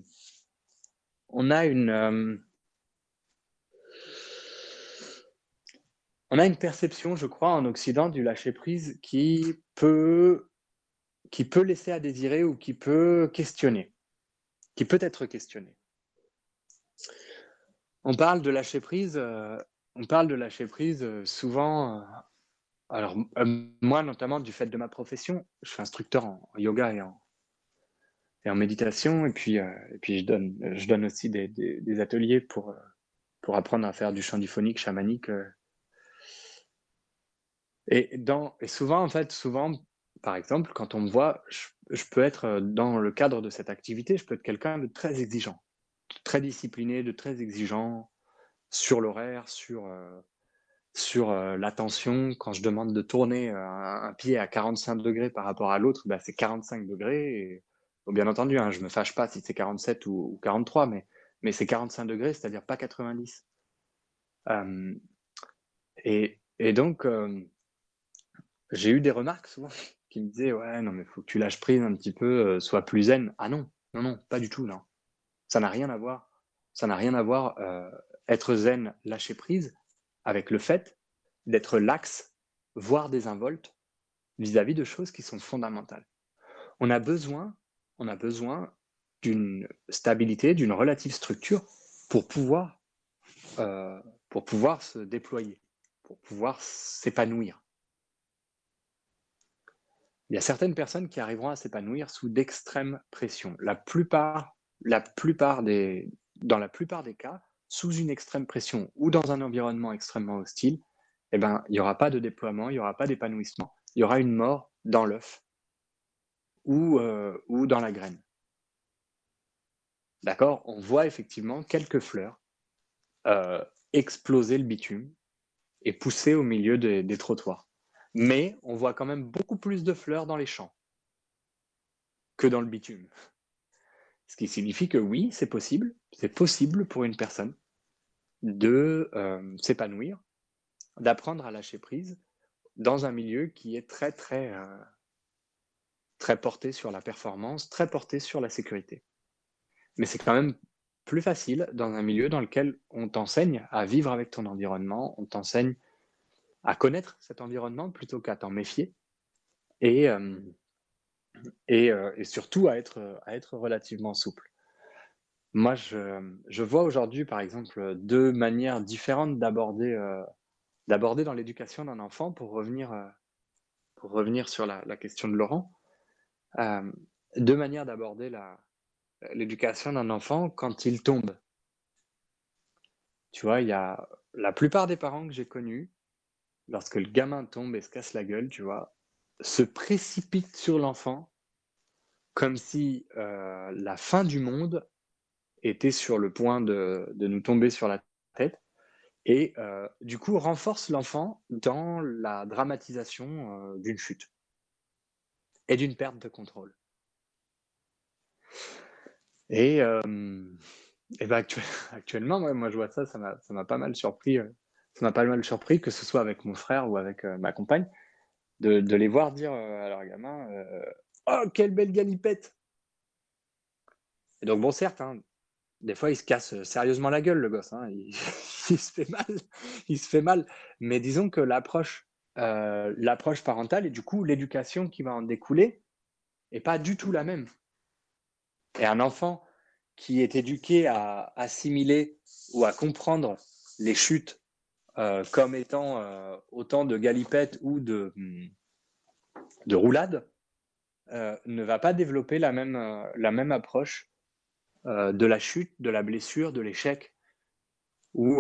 on a une perception, je crois, en Occident du lâcher-prise qui peut laisser à désirer ou qui peut être questionné. On parle de lâcher-prise souvent. Alors, moi, notamment, du fait de ma profession, je suis instructeur en yoga et en méditation, et puis je donne aussi des ateliers pour apprendre à faire du chant diphonique, chamanique. Et souvent, par exemple, quand on me voit, je peux être dans le cadre de cette activité, je peux être quelqu'un de très exigeant, de très discipliné, de très exigeant sur l'horaire, sur l'attention. Quand je demande de tourner un pied à 45 degrés par rapport à l'autre, c'est 45 degrés. Et, bien entendu, je ne me fâche pas si c'est 47 ou 43, mais c'est 45 degrés, c'est-à-dire pas 90. Et donc, j'ai eu des remarques souvent qui me disaient « Ouais, non, mais faut que tu lâches prise un petit peu, sois plus zen. » Ah non, pas du tout, non. Ça n'a rien à voir. Ça n'a rien à voir, être zen, lâcher prise, avec le fait d'être lax, voire désinvolte, vis-à-vis de choses qui sont fondamentales. On a besoin d'une stabilité, d'une relative structure pour pouvoir se déployer, pour pouvoir s'épanouir. Il y a certaines personnes qui arriveront à s'épanouir sous d'extrêmes pressions. Dans la plupart des cas, sous une extrême pression ou dans un environnement extrêmement hostile, il n'y aura pas de déploiement, il n'y aura pas d'épanouissement. Il y aura une mort dans l'œuf ou dans la graine. D'accord ? On voit effectivement quelques fleurs exploser le bitume et pousser au milieu des trottoirs. Mais on voit quand même beaucoup plus de fleurs dans les champs que dans le bitume. Ce qui signifie que oui, c'est possible pour une personne de s'épanouir, d'apprendre à lâcher prise dans un milieu qui est très, très, très porté sur la performance, très porté sur la sécurité. Mais c'est quand même plus facile dans un milieu dans lequel on t'enseigne à vivre avec ton environnement, on t'enseigne à connaître cet environnement plutôt qu'à t'en méfier et surtout à être relativement souple. Moi, je vois aujourd'hui, par exemple, deux manières différentes d'aborder dans l'éducation d'un enfant pour revenir sur la question de Laurent. Deux manières d'aborder l'éducation d'un enfant quand il tombe. Tu vois, il y a la plupart des parents que j'ai connus, lorsque le gamin tombe et se casse la gueule, tu vois, se précipitent sur l'enfant comme si la fin du monde était sur le point de nous tomber sur la tête et du coup renforce l'enfant dans la dramatisation d'une chute et d'une perte de contrôle. Et actuellement, moi je vois ça m'a pas mal surpris. Ça m'a pas mal surpris, que ce soit avec mon frère ou avec ma compagne, de les voir dire à leur gamin oh, quelle belle galipette! Et donc, bon, certes, des fois, il se casse sérieusement la gueule, le gosse. Il se fait mal. Mais disons que l'approche parentale et du coup, l'éducation qui va en découler n'est pas du tout la même. Et un enfant qui est éduqué à assimiler ou à comprendre les chutes comme étant autant de galipettes ou de roulades, ne va pas développer la même approche de la chute, de la blessure, de l'échec ou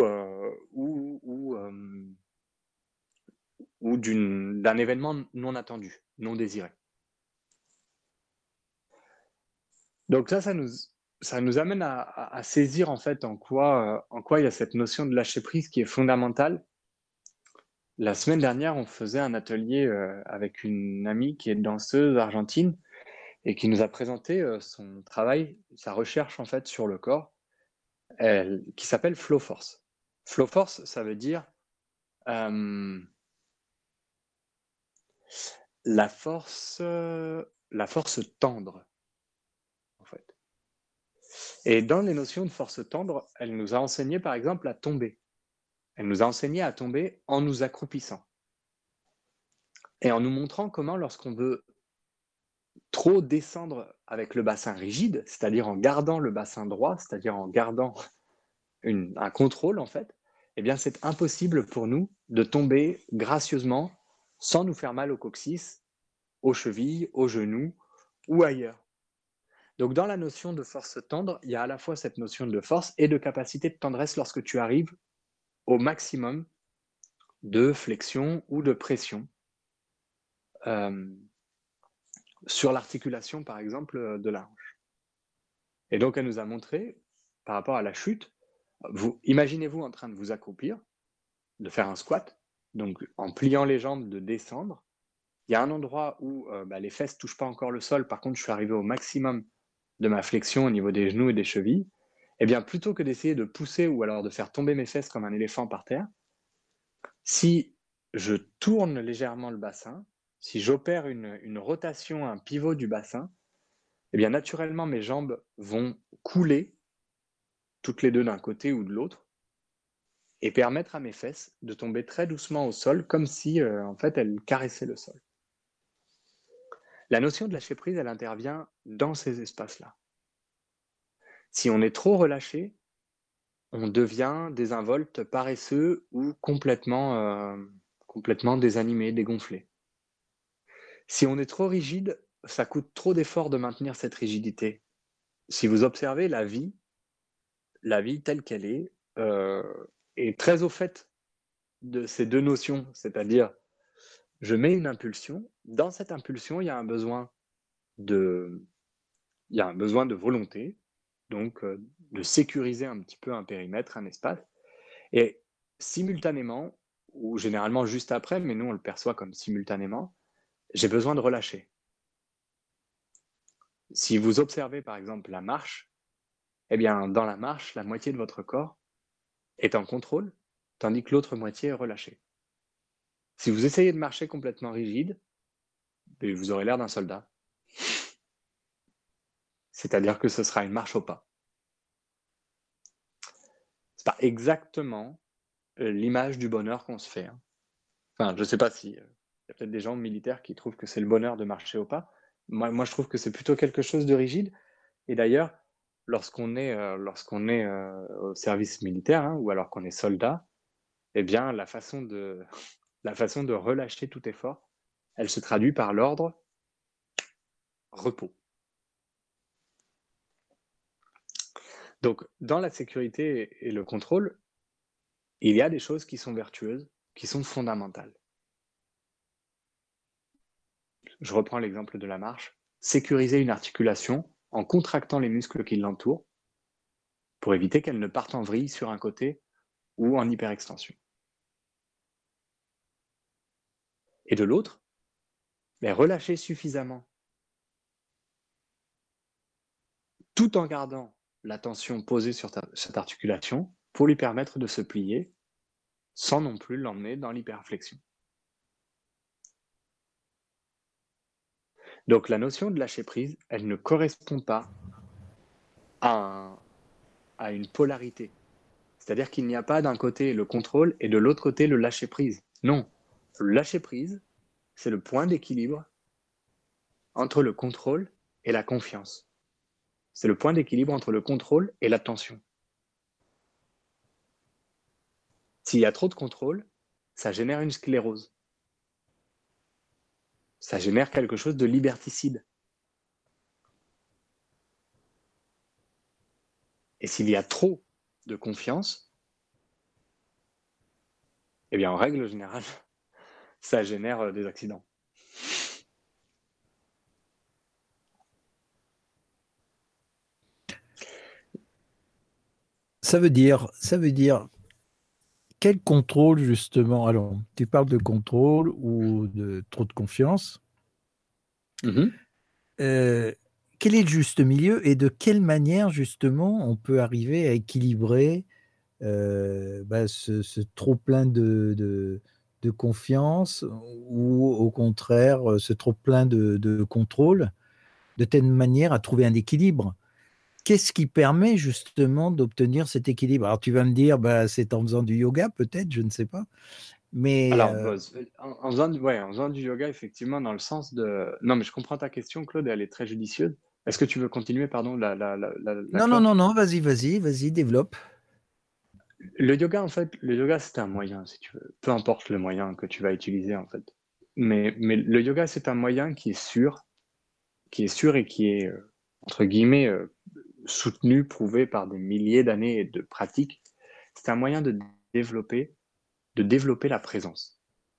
d'un événement non attendu, non désiré. Donc ça nous amène à saisir en fait en quoi il y a cette notion de lâcher prise qui est fondamentale. La semaine dernière, on faisait un atelier avec une amie qui est danseuse argentine et qui nous a présenté son travail, sa recherche en fait sur le corps, qui s'appelle Flow Force. Flow Force, ça veut dire la force tendre, en fait. Et dans les notions de force tendre, elle nous a enseigné, par exemple, à tomber. Elle nous a enseigné à tomber en nous accroupissant et en nous montrant comment, lorsqu'on veut trop descendre avec le bassin rigide, c'est-à-dire en gardant le bassin droit, c'est-à-dire en gardant un contrôle en fait, eh bien c'est impossible pour nous de tomber gracieusement sans nous faire mal au coccyx, aux chevilles, aux genoux ou ailleurs. Donc dans la notion de force tendre, il y a à la fois cette notion de force et de capacité de tendresse lorsque tu arrives au maximum de flexion ou de pression sur l'articulation, par exemple, de la hanche. Et donc, elle nous a montré, par rapport à la chute, imaginez-vous en train de vous accroupir, de faire un squat, donc en pliant les jambes, de descendre. Il y a un endroit où les fesses ne touchent pas encore le sol, par contre, je suis arrivé au maximum de ma flexion au niveau des genoux et des chevilles. Eh bien, plutôt que d'essayer de pousser ou alors de faire tomber mes fesses comme un éléphant par terre, si je tourne légèrement le bassin, si j'opère une rotation, un pivot du bassin, eh bien naturellement mes jambes vont couler toutes les deux d'un côté ou de l'autre et permettre à mes fesses de tomber très doucement au sol comme si en fait elles caressaient le sol. La notion de lâcher prise, elle intervient dans ces espaces-là. Si on est trop relâché, on devient désinvolte, paresseux ou complètement désanimé, dégonflé. Si on est trop rigide, ça coûte trop d'efforts de maintenir cette rigidité. Si vous observez la vie telle qu'elle est très au fait de ces deux notions, c'est-à-dire je mets une impulsion, dans cette impulsion, il y a un besoin de volonté, donc de sécuriser un petit peu un périmètre, un espace, et simultanément, ou généralement juste après, mais nous on le perçoit comme simultanément, j'ai besoin de relâcher. Si vous observez par exemple la marche, eh bien dans la marche, la moitié de votre corps est en contrôle, tandis que l'autre moitié est relâchée. Si vous essayez de marcher complètement rigide, vous aurez l'air d'un soldat. C'est-à-dire que ce sera une marche au pas. C'est pas exactement l'image du bonheur qu'on se fait. Enfin, je ne sais pas si... Il y a peut-être des gens militaires qui trouvent que c'est le bonheur de marcher au pas. Moi, je trouve que c'est plutôt quelque chose de rigide. Et d'ailleurs, lorsqu'on est au service militaire, ou alors qu'on est soldat, eh bien, la façon de relâcher tout effort, elle se traduit par l'ordre repos. Donc, dans la sécurité et le contrôle, il y a des choses qui sont vertueuses, qui sont fondamentales. Je reprends l'exemple de la marche. Sécuriser une articulation en contractant les muscles qui l'entourent pour éviter qu'elle ne parte en vrille sur un côté ou en hyperextension. Et de l'autre, relâcher suffisamment tout en gardant la tension posée sur cette articulation pour lui permettre de se plier sans non plus l'emmener dans l'hyperflexion. Donc la notion de lâcher prise, elle ne correspond pas à une polarité. C'est-à-dire qu'il n'y a pas d'un côté le contrôle et de l'autre côté le lâcher prise. Non, le lâcher prise, c'est le point d'équilibre entre le contrôle et la confiance. C'est le point d'équilibre entre le contrôle et l'attention. S'il y a trop de contrôle, ça génère une sclérose. Ça génère quelque chose de liberticide. Et s'il y a trop de confiance, eh bien en règle générale, ça génère des accidents. Ça veut dire quel contrôle justement? Alors, tu parles de contrôle ou de trop de confiance. Quel est le juste milieu et de quelle manière justement on peut arriver à équilibrer ce trop plein de confiance ou au contraire ce trop plein de contrôle, de telle manière à trouver un équilibre? qu'est-ce qui permet justement d'obtenir cet équilibre? Alors tu vas me dire, bah, c'est en faisant du yoga peut-être, je ne sais pas. Mais Alors, en faisant du yoga, effectivement, dans le sens de... Non, mais je comprends ta question, Claude, elle est très judicieuse. Est-ce que tu veux continuer, pardon, non, vas-y, développe. Le yoga, en fait, le yoga, c'est un moyen, si tu veux. Peu importe le moyen que tu vas utiliser, en fait. Mais le yoga, c'est un moyen qui est sûr et qui est, entre guillemets, soutenu, prouvé par des milliers d'années de pratique. C'est un moyen de développer la présence.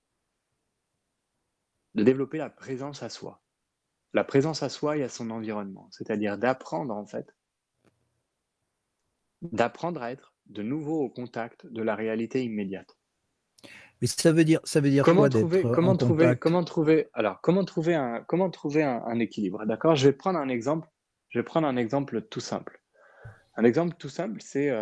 De développer la présence à soi. La présence à soi et à son environnement. C'est-à-dire d'apprendre, en fait, d'apprendre à être de nouveau au contact de la réalité immédiate. Mais ça veut dire quoi d'être en contact? Comment trouver un équilibre? D'accord? Je vais prendre un exemple tout simple. Un exemple tout simple,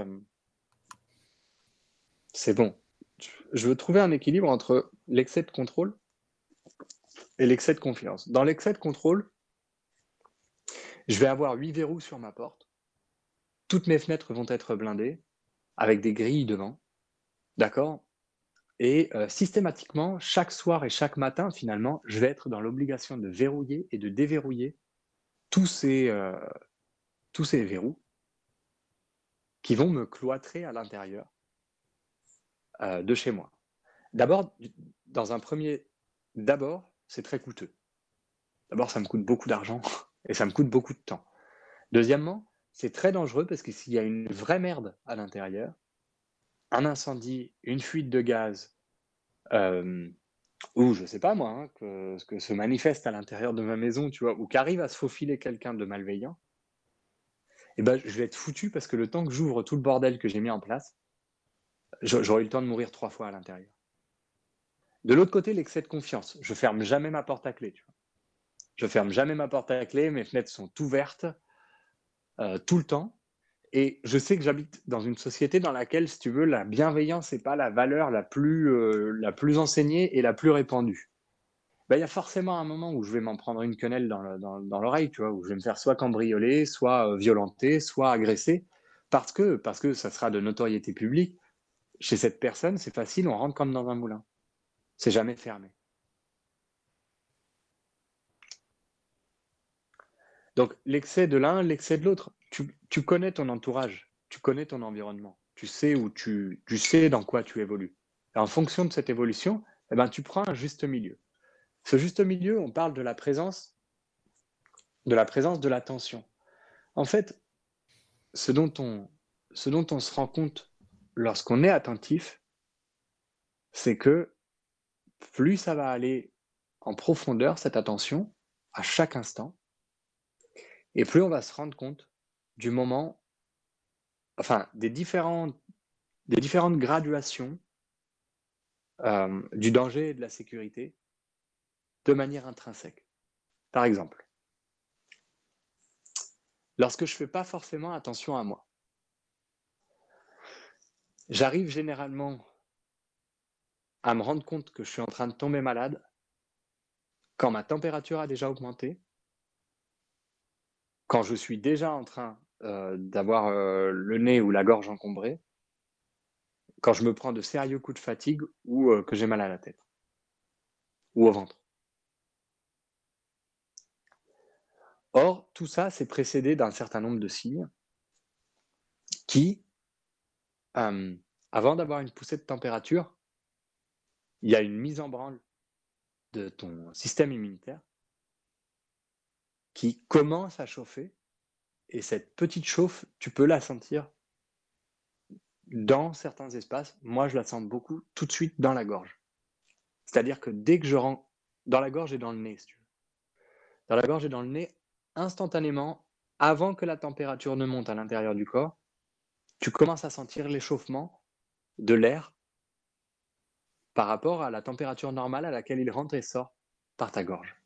c'est bon. Je veux trouver un équilibre entre l'excès de contrôle et l'excès de confiance. Dans l'excès de contrôle, je vais avoir 8 verrous sur ma porte. Toutes mes fenêtres vont être blindées avec des grilles devant. D'accord? Et systématiquement, chaque soir et chaque matin, finalement, je vais être dans l'obligation de verrouiller et de déverrouiller tous ces verrous qui vont me cloîtrer à l'intérieur de chez moi. D'abord, c'est très coûteux. D'abord, ça me coûte beaucoup d'argent et ça me coûte beaucoup de temps. Deuxièmement, c'est très dangereux parce que s'il y a une vraie merde à l'intérieur, un incendie, une fuite de gaz, ou je sais pas moi, hein, que se manifeste à l'intérieur de ma maison, tu vois, ou qu'arrive à se faufiler quelqu'un de malveillant, eh ben, je vais être foutu parce que le temps que j'ouvre tout le bordel que j'ai mis en place, j'aurai eu le temps de mourir 3 fois à l'intérieur. De l'autre côté, l'excès de confiance. Je ferme jamais ma porte à clé, tu vois. Je ferme jamais ma porte à clé, mes fenêtres sont ouvertes tout le temps. Et je sais que j'habite dans une société dans laquelle, si tu veux, la bienveillance n'est pas la valeur la plus enseignée et la plus répandue. Ben, il y a forcément un moment où je vais m'en prendre une quenelle dans l'oreille, tu vois, où je vais me faire soit cambrioler, soit violenter, soit agresser, parce que ça sera de notoriété publique. Chez cette personne, c'est facile, on rentre comme dans un moulin. C'est jamais fermé. Donc, l'excès de l'un, l'excès de l'autre. Tu connais ton entourage, tu connais ton environnement, tu sais tu sais dans quoi tu évolues. Et en fonction de cette évolution, eh ben, tu prends un juste milieu. Ce juste milieu, on parle de la présence, de l'attention. En fait, ce dont on se rend compte lorsqu'on est attentif, c'est que plus ça va aller en profondeur, cette attention, à chaque instant, et plus on va se rendre compte du moment, enfin, des différentes graduations du danger et de la sécurité de manière intrinsèque. Par exemple, lorsque je ne fais pas forcément attention à moi, j'arrive généralement à me rendre compte que je suis en train de tomber malade quand ma température a déjà augmenté, quand je suis déjà en train d'avoir le nez ou la gorge encombrée, quand je me prends de sérieux coups de fatigue ou que j'ai mal à la tête ou au ventre. Or, tout ça, c'est précédé d'un certain nombre de signes qui, avant d'avoir une poussée de température, il y a une mise en branle de ton système immunitaire qui commence à chauffer, et cette petite chauffe, tu peux la sentir dans certains espaces. Moi, je la sens beaucoup tout de suite dans la gorge. C'est-à-dire que dès que je rentre dans la gorge et dans le nez, si tu veux, dans la gorge et dans le nez, instantanément, avant que la température ne monte à l'intérieur du corps, tu commences à sentir l'échauffement de l'air par rapport à la température normale à laquelle il rentre et sort par ta gorge.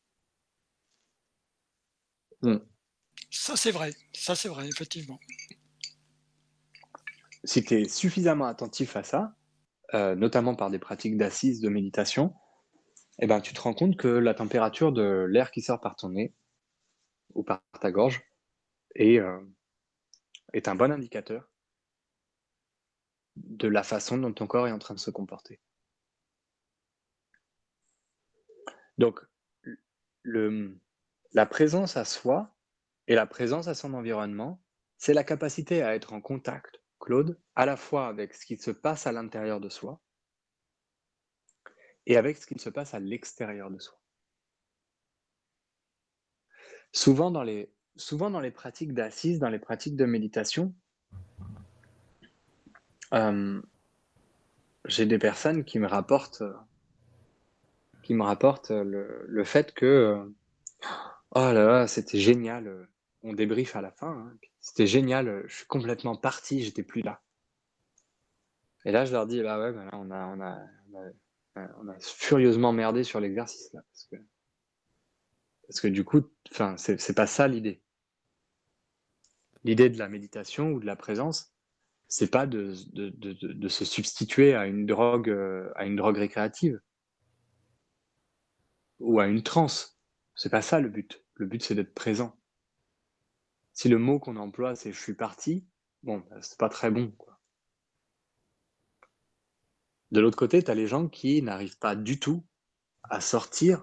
Ça, c'est vrai, effectivement. Si tu es suffisamment attentif à ça, notamment par des pratiques d'assises, de méditation, eh ben, tu te rends compte que la température de l'air qui sort par ton nez ou par ta gorge est est un bon indicateur de la façon dont ton corps est en train de se comporter. Donc, la présence à soi et la présence à son environnement, c'est la capacité à être en contact, Claude, à la fois avec ce qui se passe à l'intérieur de soi et avec ce qui se passe à l'extérieur de soi. Souvent dans les pratiques d'assises, dans les pratiques de méditation, j'ai des personnes qui me rapportent le fait que oh là là, c'était génial, on débrief à la fin, hein, c'était génial, je suis complètement parti, j'étais plus là. Et là, je leur dis, bah ouais, bah là, on a furieusement merdé sur l'exercice là, parce que du coup, enfin, c'est pas ça l'idée. L'idée de la méditation ou de la présence, c'est pas de se substituer à une drogue récréative ou à une transe. C'est pas ça le but. Le but, c'est d'être présent. Si le mot qu'on emploie, c'est je suis parti, bon, bah, c'est pas très bon, quoi. De l'autre côté, tu as les gens qui n'arrivent pas du tout à sortir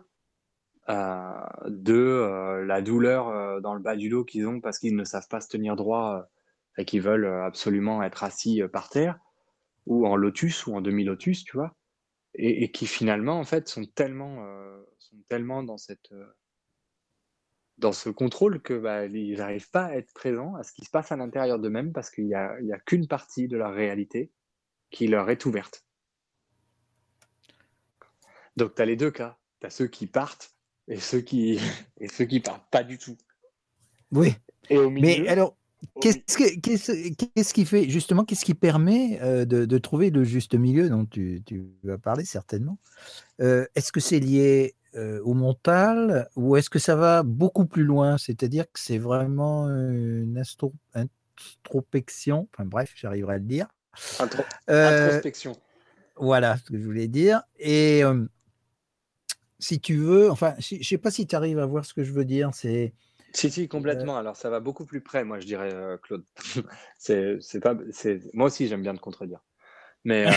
de la douleur dans le bas du dos qu'ils ont parce qu'ils ne savent pas se tenir droit et qu'ils veulent absolument être assis par terre ou en lotus ou en demi-lotus, tu vois, et qui finalement, en fait, sont tellement dans ce contrôle que bah, ils n'arrivent pas à être présents à ce qui se passe à l'intérieur d'eux-mêmes parce qu'il y a qu'une partie de leur réalité qui leur est ouverte. Donc, tu as les deux cas. Tu as ceux qui partent et ceux qui partent pas du tout. Oui. Et au milieu, mais alors, qu'est-ce qui fait, justement, qu'est-ce qui permet de trouver le juste milieu dont tu vas parler certainement? Est-ce que c'est lié au mental ou est-ce que ça va beaucoup plus loin? C'est-à-dire que c'est vraiment une introspection, enfin bref, j'arriverai à le dire. Introspection. Voilà ce que je voulais dire. Et si tu veux, enfin, je ne sais pas si tu arrives à voir ce que je veux dire. Si, complètement. Alors, ça va beaucoup plus près, moi, je dirais, Claude. Moi aussi, j'aime bien te contredire. Mais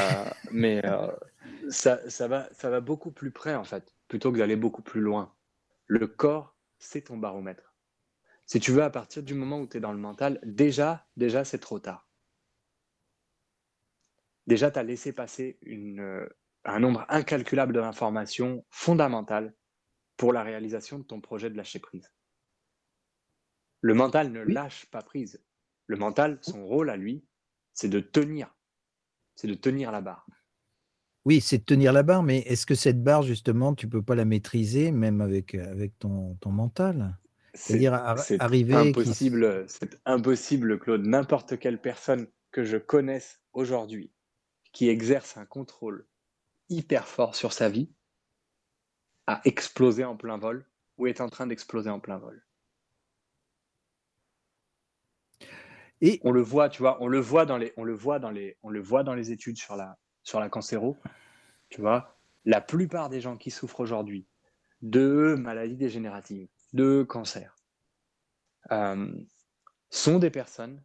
ça va beaucoup plus près, en fait, plutôt que d'aller beaucoup plus loin. Le corps, c'est ton baromètre. Si tu veux, à partir du moment où tu es dans le mental, déjà c'est trop tard. Déjà, tu as laissé passer un nombre incalculable d'informations fondamentales pour la réalisation de ton projet de lâcher prise. Le mental ne lâche pas prise. Le mental, son rôle à lui, c'est de tenir la barre. Oui, c'est de tenir la barre, mais est-ce que cette barre, justement, tu ne peux pas la maîtriser, même avec ton mental? C'est-à-dire arriver... C'est impossible, Claude. N'importe quelle personne que je connaisse aujourd'hui qui exerce un contrôle hyper fort sur sa vie a explosé en plein vol ou est en train d'exploser en plein vol. Et on le voit, tu vois, on le voit dans les études sur la cancéro, tu vois, la plupart des gens qui souffrent aujourd'hui de maladies dégénératives, de cancer, sont des personnes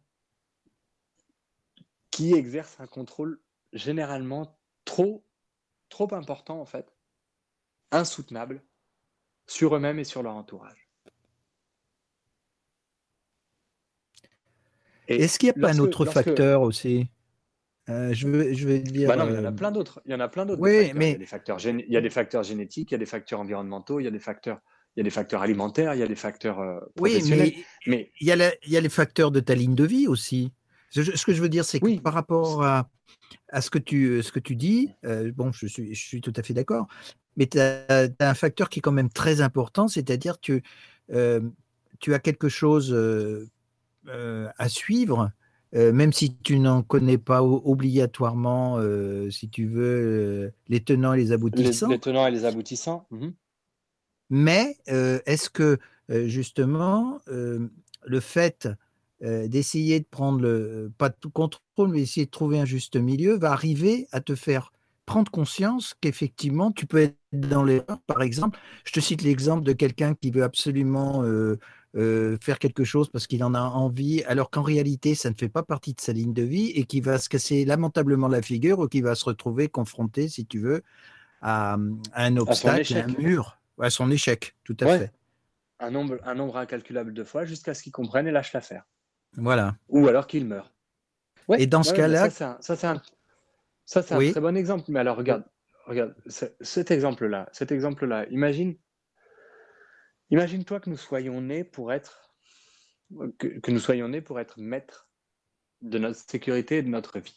qui exercent un contrôle généralement trop important, en fait, insoutenable, sur eux-mêmes et sur leur entourage. Est-ce qu'il n'y a pas un autre facteur aussi? Je veux dire. Bah non, mais il y en a plein d'autres. Il y en a plein d'autres. Oui, mais il y a des facteurs génétiques, il y a des facteurs environnementaux, il y a des facteurs alimentaires, il y a des facteurs professionnels. Oui, mais il y a les facteurs de ta ligne de vie aussi. Ce que je veux dire, c'est que par rapport à ce que tu dis, bon, je suis tout à fait d'accord, mais tu as un facteur qui est quand même très important, c'est-à-dire que tu as quelque chose à suivre, même si tu n'en connais pas obligatoirement, si tu veux, les tenants et les aboutissants. Les tenants et les aboutissants. Mais est-ce que justement le fait d'essayer de prendre pas tout contrôle, mais essayer de trouver un juste milieu va arriver à te faire prendre conscience qu'effectivement, tu peux être dans l'erreur. Par exemple, je te cite l'exemple de quelqu'un qui veut absolument faire quelque chose parce qu'il en a envie, alors qu'en réalité, ça ne fait pas partie de sa ligne de vie et qui va se casser lamentablement la figure ou qui va se retrouver confronté, si tu veux, à un obstacle, à un mur, à son échec, tout à fait. Un nombre incalculable de fois jusqu'à ce qu'il comprenne et lâche l'affaire. Voilà. Ou alors qu'il meurt. Ouais, et dans ce cas-là... Ça, c'est un très bon exemple. Mais alors, regarde cet exemple-là. Imagine-toi que nous soyons nés pour être maîtres de notre sécurité et de notre vie.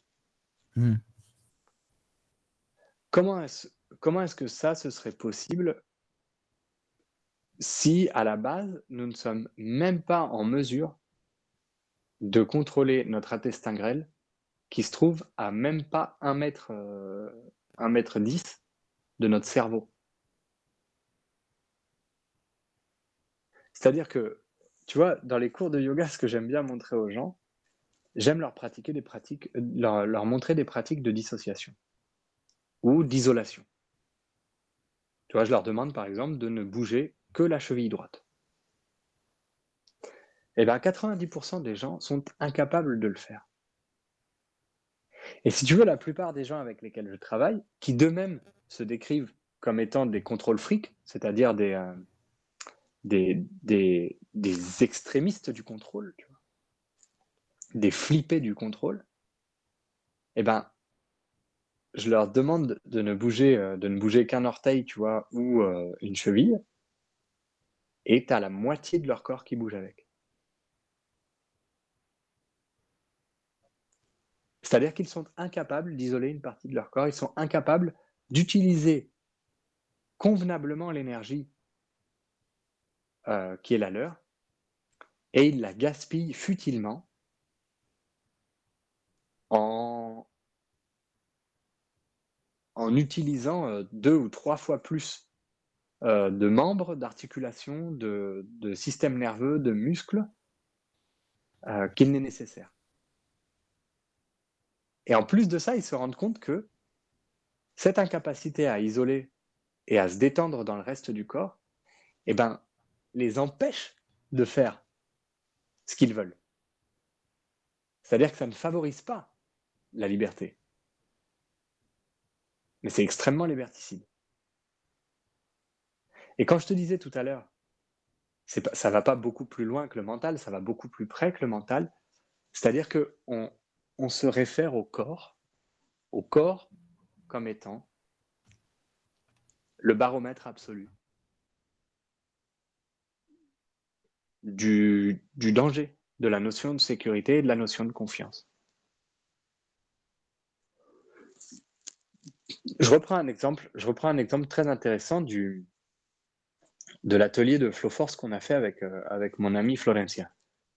Comment est-ce que ça, ce serait possible si, à la base, nous ne sommes même pas en mesure de contrôler notre intestin grêle qui se trouve à même pas 1,10 m de notre cerveau. C'est-à-dire que, tu vois, dans les cours de yoga, ce que j'aime bien montrer aux gens, j'aime leur montrer des pratiques de dissociation ou d'isolation. Tu vois, je leur demande par exemple de ne bouger que la cheville droite. Eh bien, 90% des gens sont incapables de le faire. Et si tu veux, la plupart des gens avec lesquels je travaille, qui d'eux-mêmes se décrivent comme étant des contrôle freaks, c'est-à-dire des extrémistes du contrôle, tu vois, des flippés du contrôle, eh ben, je leur demande de ne bouger qu'un orteil, tu vois, ou une cheville, et tu as la moitié de leur corps qui bouge avec. C'est-à-dire qu'ils sont incapables d'isoler une partie de leur corps, ils sont incapables d'utiliser convenablement l'énergie qui est la leur, et ils la gaspillent futilement en utilisant 2 ou 3 fois plus de membres, d'articulations, de systèmes nerveux, de muscles qu'il n'est nécessaire. Et en plus de ça, ils se rendent compte que cette incapacité à isoler et à se détendre dans le reste du corps, eh ben, les empêche de faire ce qu'ils veulent. C'est-à-dire que ça ne favorise pas la liberté. Mais c'est extrêmement liberticide. Et quand je te disais tout à l'heure, ça ne va pas beaucoup plus loin que le mental, ça va beaucoup plus près que le mental. C'est-à-dire qu'on se réfère au corps comme étant le baromètre absolu du danger, de la notion de sécurité et de la notion de confiance. Je reprends un exemple très intéressant de l'atelier de Flow Force qu'on a fait avec mon ami Florencia.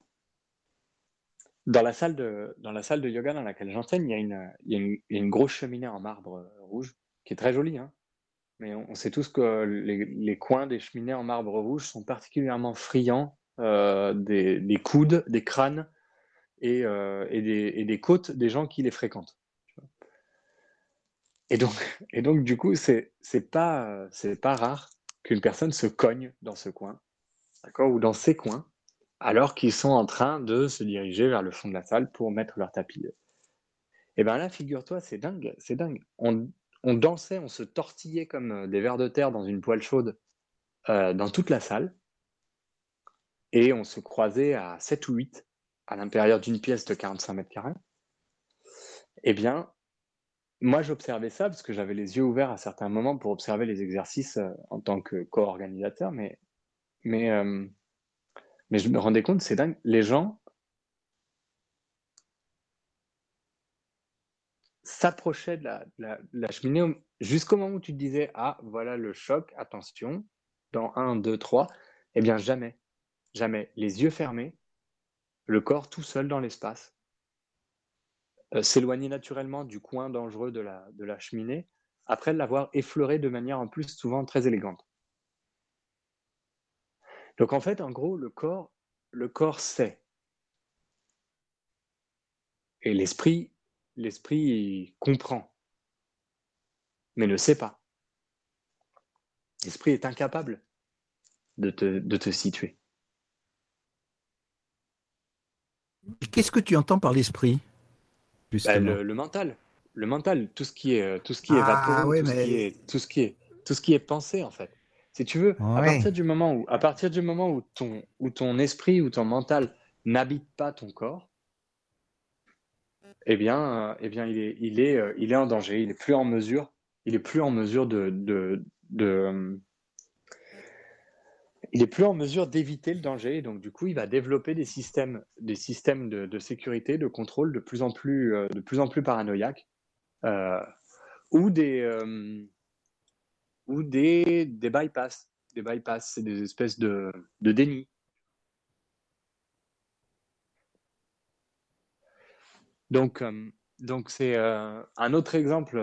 Dans la salle de yoga dans laquelle j'enseigne, il y a une grosse cheminée en marbre rouge qui est très jolie, hein. Mais on sait tous que les coins des cheminées en marbre rouge sont particulièrement friands des coudes, des crânes et des côtes des gens qui les fréquentent. Et donc du coup, c'est pas rare qu'une personne se cogne dans ce coin, d'accord, ou dans ces coins, alors qu'ils sont en train de se diriger vers le fond de la salle pour mettre leur tapis. Et bien là, figure-toi, c'est dingue. On dansait, on se tortillait comme des vers de terre dans une poêle chaude dans toute la salle, et on se croisait à 7 ou 8 à l'intérieur d'une pièce de 45 mètres carrés. Eh bien, moi, j'observais ça parce que j'avais les yeux ouverts à certains moments pour observer les exercices en tant que co-organisateur, mais je me rendais compte, c'est dingue, les gens s'approchaient de la cheminée jusqu'au moment où tu te disais « Ah, voilà le choc, attention, dans 1, 2, 3 », eh bien jamais, les yeux fermés, le corps tout seul dans l'espace, s'éloigner naturellement du coin dangereux de la cheminée, après l'avoir effleuré de manière en plus souvent très élégante. Donc en fait, en gros, le corps sait. Et l'esprit comprend. mais ne sait pas. L'esprit est incapable de te situer. Qu'est-ce que tu entends par l'esprit, justement? Le mental, tout ce qui est vaporeux, oui, tout ce qui est pensé en fait. Si tu veux, à partir du moment où ton esprit ou ton mental n'habite pas ton corps, il est en danger. Il est plus en mesure il est plus en mesure d'éviter le danger, et donc du coup, il va développer des systèmes de sécurité, de contrôle de plus en plus paranoïaques, ou des bypass. Des bypass, c'est des espèces de déni. Donc c'est un autre exemple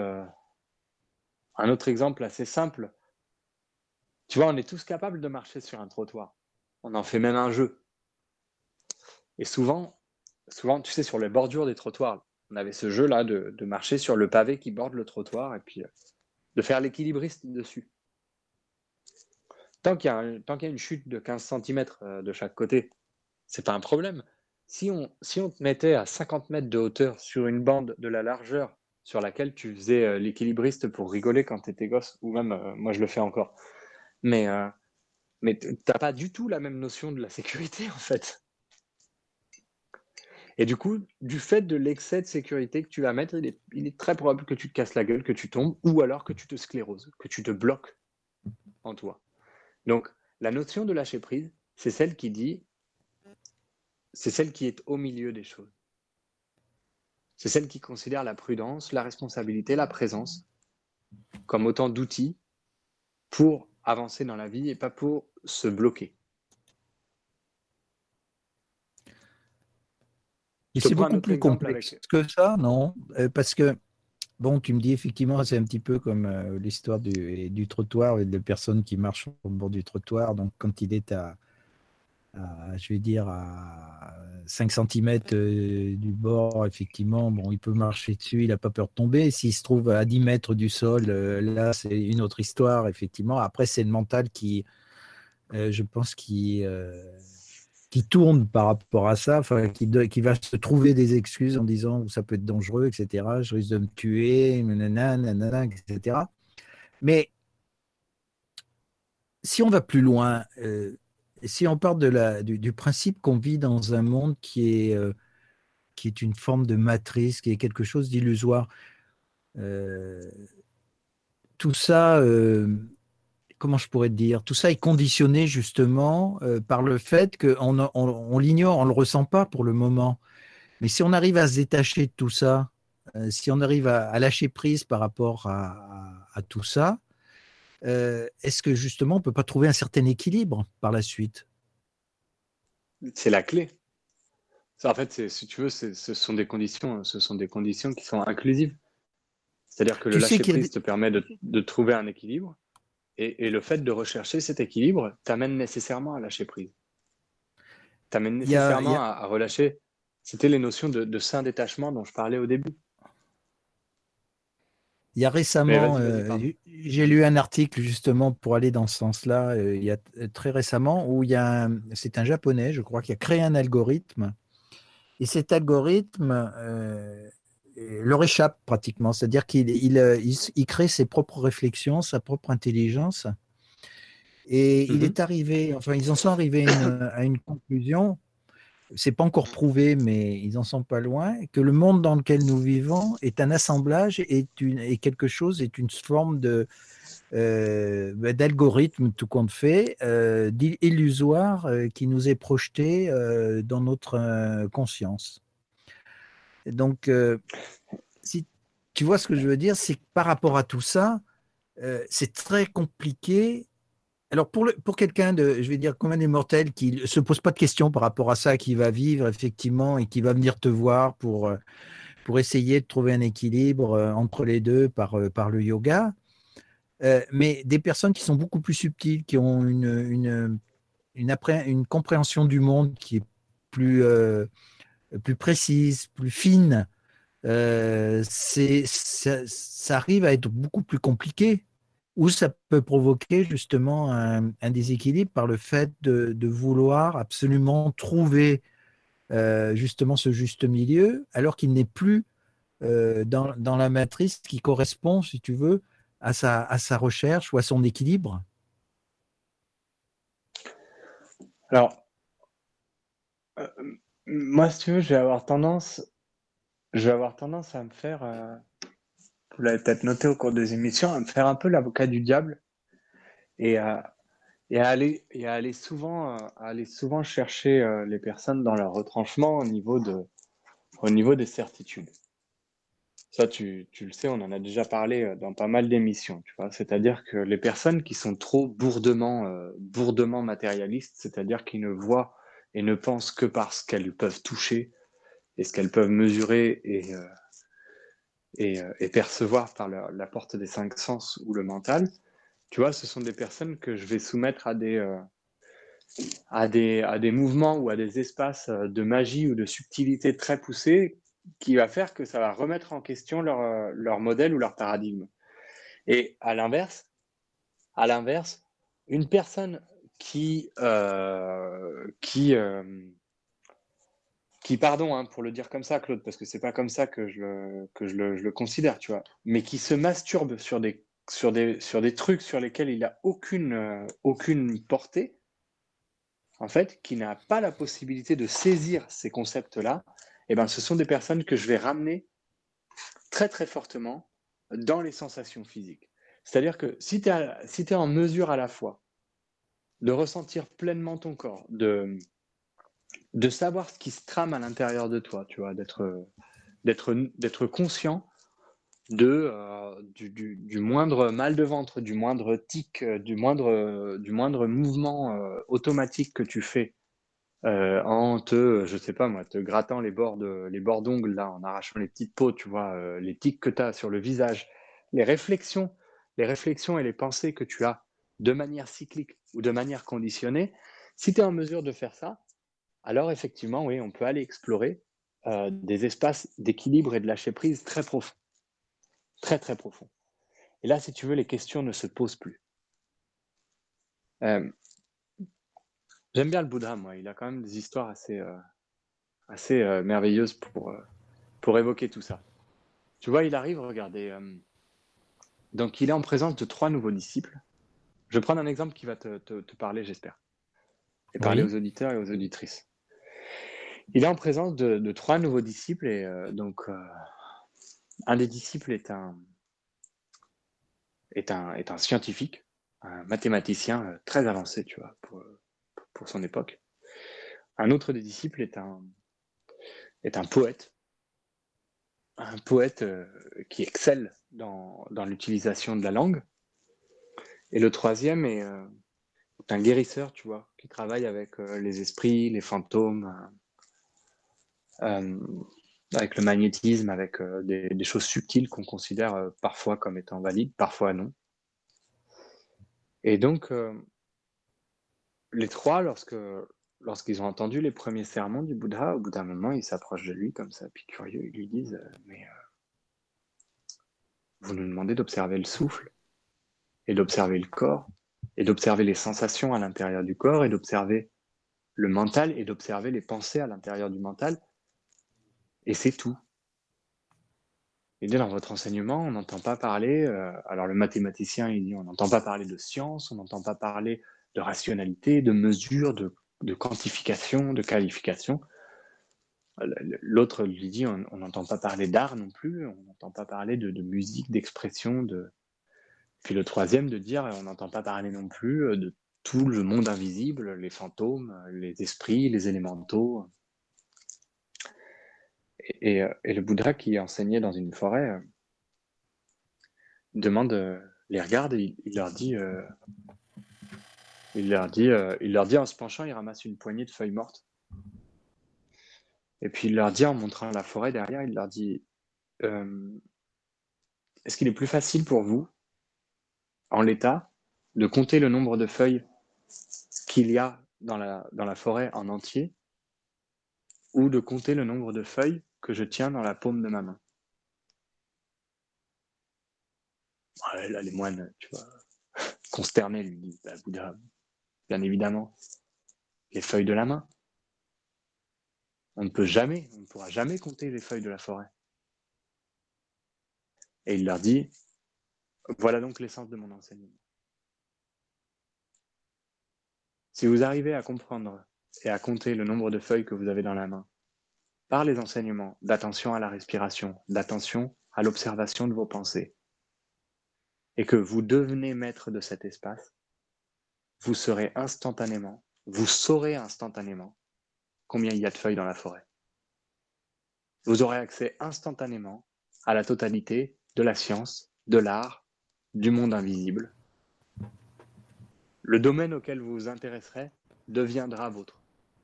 assez simple. Tu vois, on est tous capables de marcher sur un trottoir. On en fait même un jeu. Et souvent, tu sais, sur les bordures des trottoirs, on avait ce jeu-là de marcher sur le pavé qui borde le trottoir et puis de faire l'équilibriste dessus. Tant qu'il y a une chute de 15 cm de chaque côté, c'est pas un problème. Si on te mettait à 50 mètres de hauteur sur une bande de la largeur sur laquelle tu faisais l'équilibriste pour rigoler quand tu étais gosse, ou même moi je le fais encore, mais t'as pas du tout la même notion de la sécurité en fait. Et du coup, du fait de l'excès de sécurité que tu vas mettre, il est très probable que tu te casses la gueule, que tu tombes, ou alors que tu te scléroses, que tu te bloques en toi. Donc, la notion de lâcher prise, c'est celle qui est au milieu des choses. C'est celle qui considère la prudence, la responsabilité, la présence comme autant d'outils pour avancer dans la vie et pas pour se bloquer. Et c'est beaucoup plus complexe que ça, non? Parce que, bon, tu me dis effectivement, c'est un petit peu comme l'histoire du trottoir et de personnes qui marchent au bord du trottoir. Donc, quand il est je vais dire, à 5 cm du bord, effectivement, bon, il peut marcher dessus, il n'a pas peur de tomber. S'il se trouve à 10 mètres du sol, là, c'est une autre histoire, effectivement. Après, c'est le mental qui, je pense, qui tourne par rapport à ça, qui va se trouver des excuses en disant ça peut être dangereux, etc. Je risque de me tuer, nanana, etc. Mais si on va plus loin, si on part du principe qu'on vit dans un monde qui est une forme de matrice, qui est quelque chose d'illusoire, tout ça, comment je pourrais te dire, tout ça est conditionné justement par le fait qu'on l'ignore, on ne le ressent pas pour le moment. Mais si on arrive à se détacher de tout ça, si on arrive à lâcher prise par rapport à tout ça, est-ce que justement on ne peut pas trouver un certain équilibre par la suite? C'est la clé. Ça, en fait, si tu veux, ce sont des conditions qui sont inclusives. C'est-à-dire que le lâcher-prise te permet de trouver un équilibre, et le fait de rechercher cet équilibre t'amène nécessairement à lâcher prise. T'amène nécessairement à relâcher. C'était les notions de sain détachement dont je parlais au début. Il y a récemment, j'ai lu un article justement pour aller dans ce sens-là, il y a très récemment, où c'est un Japonais, je crois, qui a créé un algorithme. Et cet algorithme leur échappe pratiquement. C'est-à-dire qu'il crée ses propres réflexions, sa propre intelligence. Et il est arrivé, enfin, ils en sont arrivés à une conclusion. C'est pas encore prouvé, mais ils en sont pas loin, que le monde dans lequel nous vivons est un assemblage, est une forme d'algorithme tout compte fait, illusoire, qui nous est projeté dans notre conscience. Donc, si tu vois ce que je veux dire, c'est que par rapport à tout ça, c'est très compliqué. Alors, pour quelqu'un je vais dire, comme un immortel qui ne se pose pas de questions par rapport à ça, qui va vivre effectivement et qui va venir te voir pour essayer de trouver un équilibre entre les deux par le yoga, mais des personnes qui sont beaucoup plus subtiles, qui ont une compréhension du monde qui est plus précise, plus fine, ça arrive à être beaucoup plus compliqué, ou ça peut provoquer justement un déséquilibre par le fait de vouloir absolument trouver justement ce juste milieu, alors qu'il n'est plus dans la matrice qui correspond, si tu veux, à sa recherche ou à son équilibre. Alors, moi, si tu veux, je vais avoir tendance à me faire, vous l'avez peut-être noté au cours des émissions, à me faire un peu l'avocat du diable et à aller souvent chercher les personnes dans leur retranchement au niveau des certitudes. Ça, tu le sais, on en a déjà parlé dans pas mal d'émissions, tu vois. C'est-à-dire que les personnes qui sont trop bourdement matérialistes, c'est-à-dire qui ne voient et ne pensent que par ce qu'elles peuvent toucher et ce qu'elles peuvent mesurer et percevoir par la porte des 5 sens ou le mental, tu vois, ce sont des personnes que je vais soumettre à des mouvements ou à des espaces de magie ou de subtilité très poussés qui va faire que ça va remettre en question leur modèle ou leur paradigme. Et à l'inverse, une personne qui pardon, hein, pour le dire comme ça, Claude, parce que c'est pas comme ça que je le considère, tu vois, mais qui se masturbe sur des trucs sur lesquels il n'a aucune portée, en fait, qui n'a pas la possibilité de saisir ces concepts-là, eh ben, ce sont des personnes que je vais ramener très très fortement dans les sensations physiques. C'est-à-dire que si tu es en mesure à la fois de ressentir pleinement ton corps, de savoir ce qui se trame à l'intérieur de toi, tu vois, d'être conscient du moindre mal de ventre, du moindre tic, du moindre mouvement automatique que tu fais en je sais pas moi, te grattant les bords d'ongles là, en arrachant les petites peaux, tu vois, les tics que tu as sur le visage, les réflexions et les pensées que tu as de manière cyclique ou de manière conditionnée, si tu es en mesure de faire ça, alors effectivement, oui, on peut aller explorer des espaces d'équilibre et de lâcher prise très profonds. Très, très profonds. Et là, si tu veux, les questions ne se posent plus. J'aime bien le Bouddha, moi. Il a quand même des histoires assez merveilleuses pour évoquer tout ça. Tu vois, il arrive, regardez. Donc, il est en présence de 3 nouveaux disciples. Je vais prendre un exemple qui va te parler, j'espère. Et parler aux auditeurs et aux auditrices. Il est en présence de 3 nouveaux disciples et donc un des disciples est un scientifique, un mathématicien très avancé, tu vois, pour son époque. Un autre des disciples est un poète, qui excelle dans l'utilisation de la langue. Et le troisième est un guérisseur, tu vois, qui travaille avec les esprits, les fantômes, avec le magnétisme, avec des choses subtiles qu'on considère parfois comme étant valides, parfois non. Et donc, les 3, lorsqu'ils ont entendu les premiers sermons du Bouddha, au bout d'un moment, ils s'approchent de lui comme ça, puis curieux, ils lui disent mais vous nous demandez d'observer le souffle, et d'observer le corps, et d'observer les sensations à l'intérieur du corps, et d'observer le mental, et d'observer les pensées à l'intérieur du mental, et c'est tout. Et dans votre enseignement, on n'entend pas parler, alors le mathématicien, il dit, on n'entend pas parler de science, on n'entend pas parler de rationalité, de mesure, de quantification, de qualification. L'autre lui dit, on n'entend pas parler d'art non plus, on n'entend pas parler de musique, d'expression, Puis le troisième de dire, on n'entend pas parler non plus de tout le monde invisible, les fantômes, les esprits, les élémentaux. Et le Bouddha qui enseignait dans une forêt les regarde et il leur dit en se penchant, il ramasse une poignée de feuilles mortes. Et puis il leur dit en montrant la forêt derrière, il leur dit est-ce qu'il est plus facile pour vous, en l'état, de compter le nombre de feuilles qu'il y a dans la forêt en entier, ou de compter le nombre de feuilles que je tiens dans la paume de ma main? Ouais, là, les moines, tu vois, consternés, lui disent, bah, Bouddha, bien évidemment, les feuilles de la main. On ne pourra jamais compter les feuilles de la forêt. Et il leur dit, voilà donc l'essence de mon enseignement. Si vous arrivez à comprendre et à compter le nombre de feuilles que vous avez dans la main, par les enseignements d'attention à la respiration, d'attention à l'observation de vos pensées, et que vous devenez maître de cet espace, vous saurez instantanément combien il y a de feuilles dans la forêt. Vous aurez accès instantanément à la totalité de la science, de l'art, du monde invisible. Le domaine auquel vous vous intéresserez deviendra vôtre.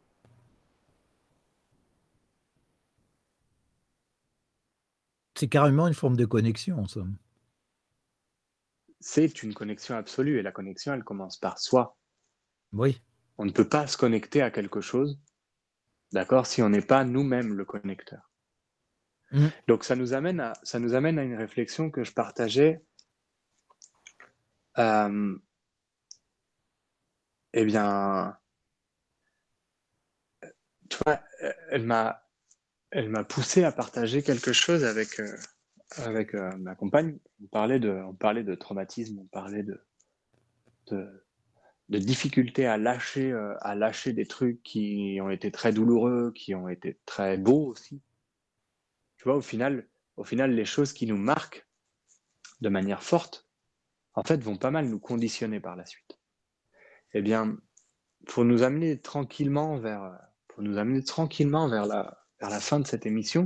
C'est carrément une forme de connexion, en somme. C'est une connexion absolue, et la connexion, elle commence par soi. Oui. On ne peut pas se connecter à quelque chose, d'accord, si on n'est pas nous-mêmes le connecteur. Donc ça nous amène à une réflexion que je partageais. Eh bien, tu vois, elle m'a poussé à partager quelque chose avec ma compagne. On parlait de traumatisme, on parlait de difficulté à lâcher des trucs qui ont été très douloureux, qui ont été très beaux aussi. Tu vois, au final, les choses qui nous marquent de manière forte, en fait, vont pas mal nous conditionner par la suite. Eh bien, pour nous amener tranquillement vers la fin de cette émission,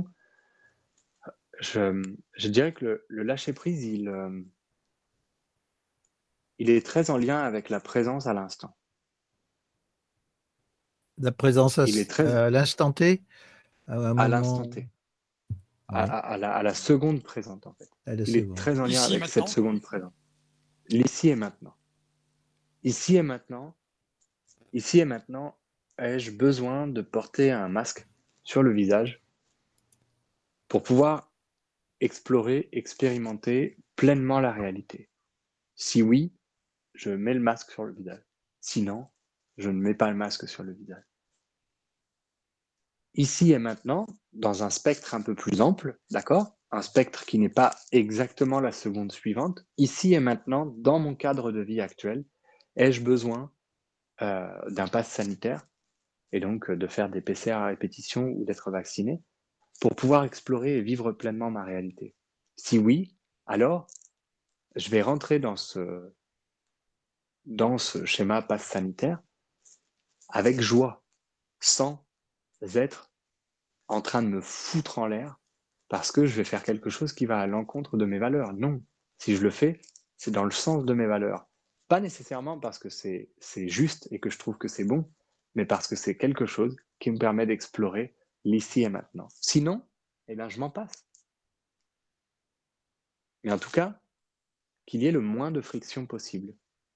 je dirais que le lâcher-prise, il est très en lien avec la présence à l'instant. La présence à l'instant T, à l'instant T. Ouais. À la seconde présente, en fait. Il est très en lien avec cette seconde présente. L'ici et maintenant. Ici et maintenant, ai-je besoin de porter un masque sur le visage pour pouvoir explorer, expérimenter pleinement la réalité? Si oui, je mets le masque sur le visage. Sinon, je ne mets pas le masque sur le visage. Ici et maintenant, dans un spectre un peu plus ample, d'accord? Un spectre qui n'est pas exactement la seconde suivante. Ici et maintenant, dans mon cadre de vie actuel, ai-je besoin d'un pass sanitaire et donc de faire des PCR à répétition ou d'être vacciné pour pouvoir explorer et vivre pleinement ma réalité? Si oui, alors je vais rentrer dans ce schéma pass sanitaire avec joie, sans être en train de me foutre en l'air parce que je vais faire quelque chose qui va à l'encontre de mes valeurs. Non, si je le fais, c'est dans le sens de mes valeurs. Pas nécessairement parce que c'est juste et que je trouve que c'est bon, mais parce que c'est quelque chose qui me permet d'explorer l'ici et maintenant. Sinon, eh bien, je m'en passe. Mais en tout cas, qu'il y ait le moins de friction possible.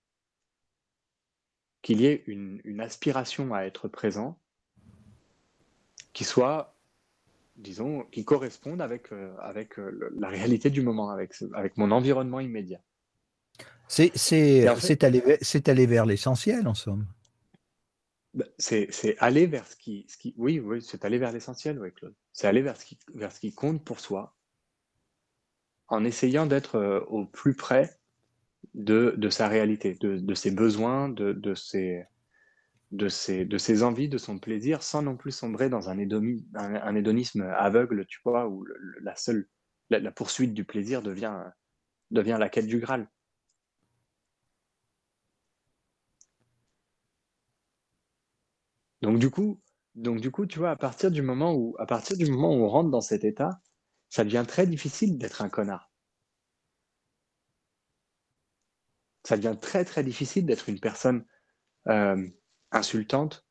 Qu'il y ait une aspiration à être présent qui soit, disons, qui corresponde avec la réalité du moment, avec mon environnement immédiat. C'est aller vers l'essentiel, en somme. C'est aller vers ce qui oui, c'est aller vers l'essentiel, oui, Claude. C'est aller vers ce qui compte pour soi, en essayant d'être au plus près de sa réalité, de ses besoins, de ses envies, de son plaisir, sans non plus sombrer dans un hédonisme aveugle, tu vois, où la poursuite du plaisir devient la quête du Graal. Donc du coup, tu vois, à partir du moment où on rentre dans cet état, ça devient très difficile d'être un connard. Ça devient très très difficile d'être une personne insultante,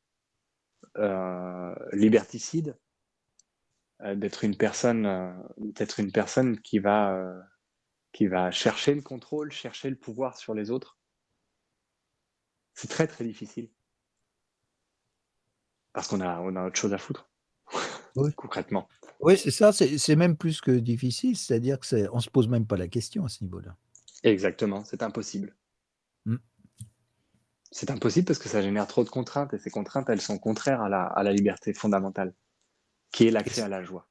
liberticide, d'être une personne qui va chercher le contrôle, chercher le pouvoir sur les autres. C'est très très difficile. Parce qu'on a autre chose à foutre, oui. Concrètement. Oui, c'est ça, c'est même plus que difficile, c'est-à-dire qu'on ne se pose même pas la question à ce niveau-là. Exactement, c'est impossible. C'est impossible parce que ça génère trop de contraintes et ces contraintes, elles sont contraires à la liberté fondamentale, qui est l'accès à la joie.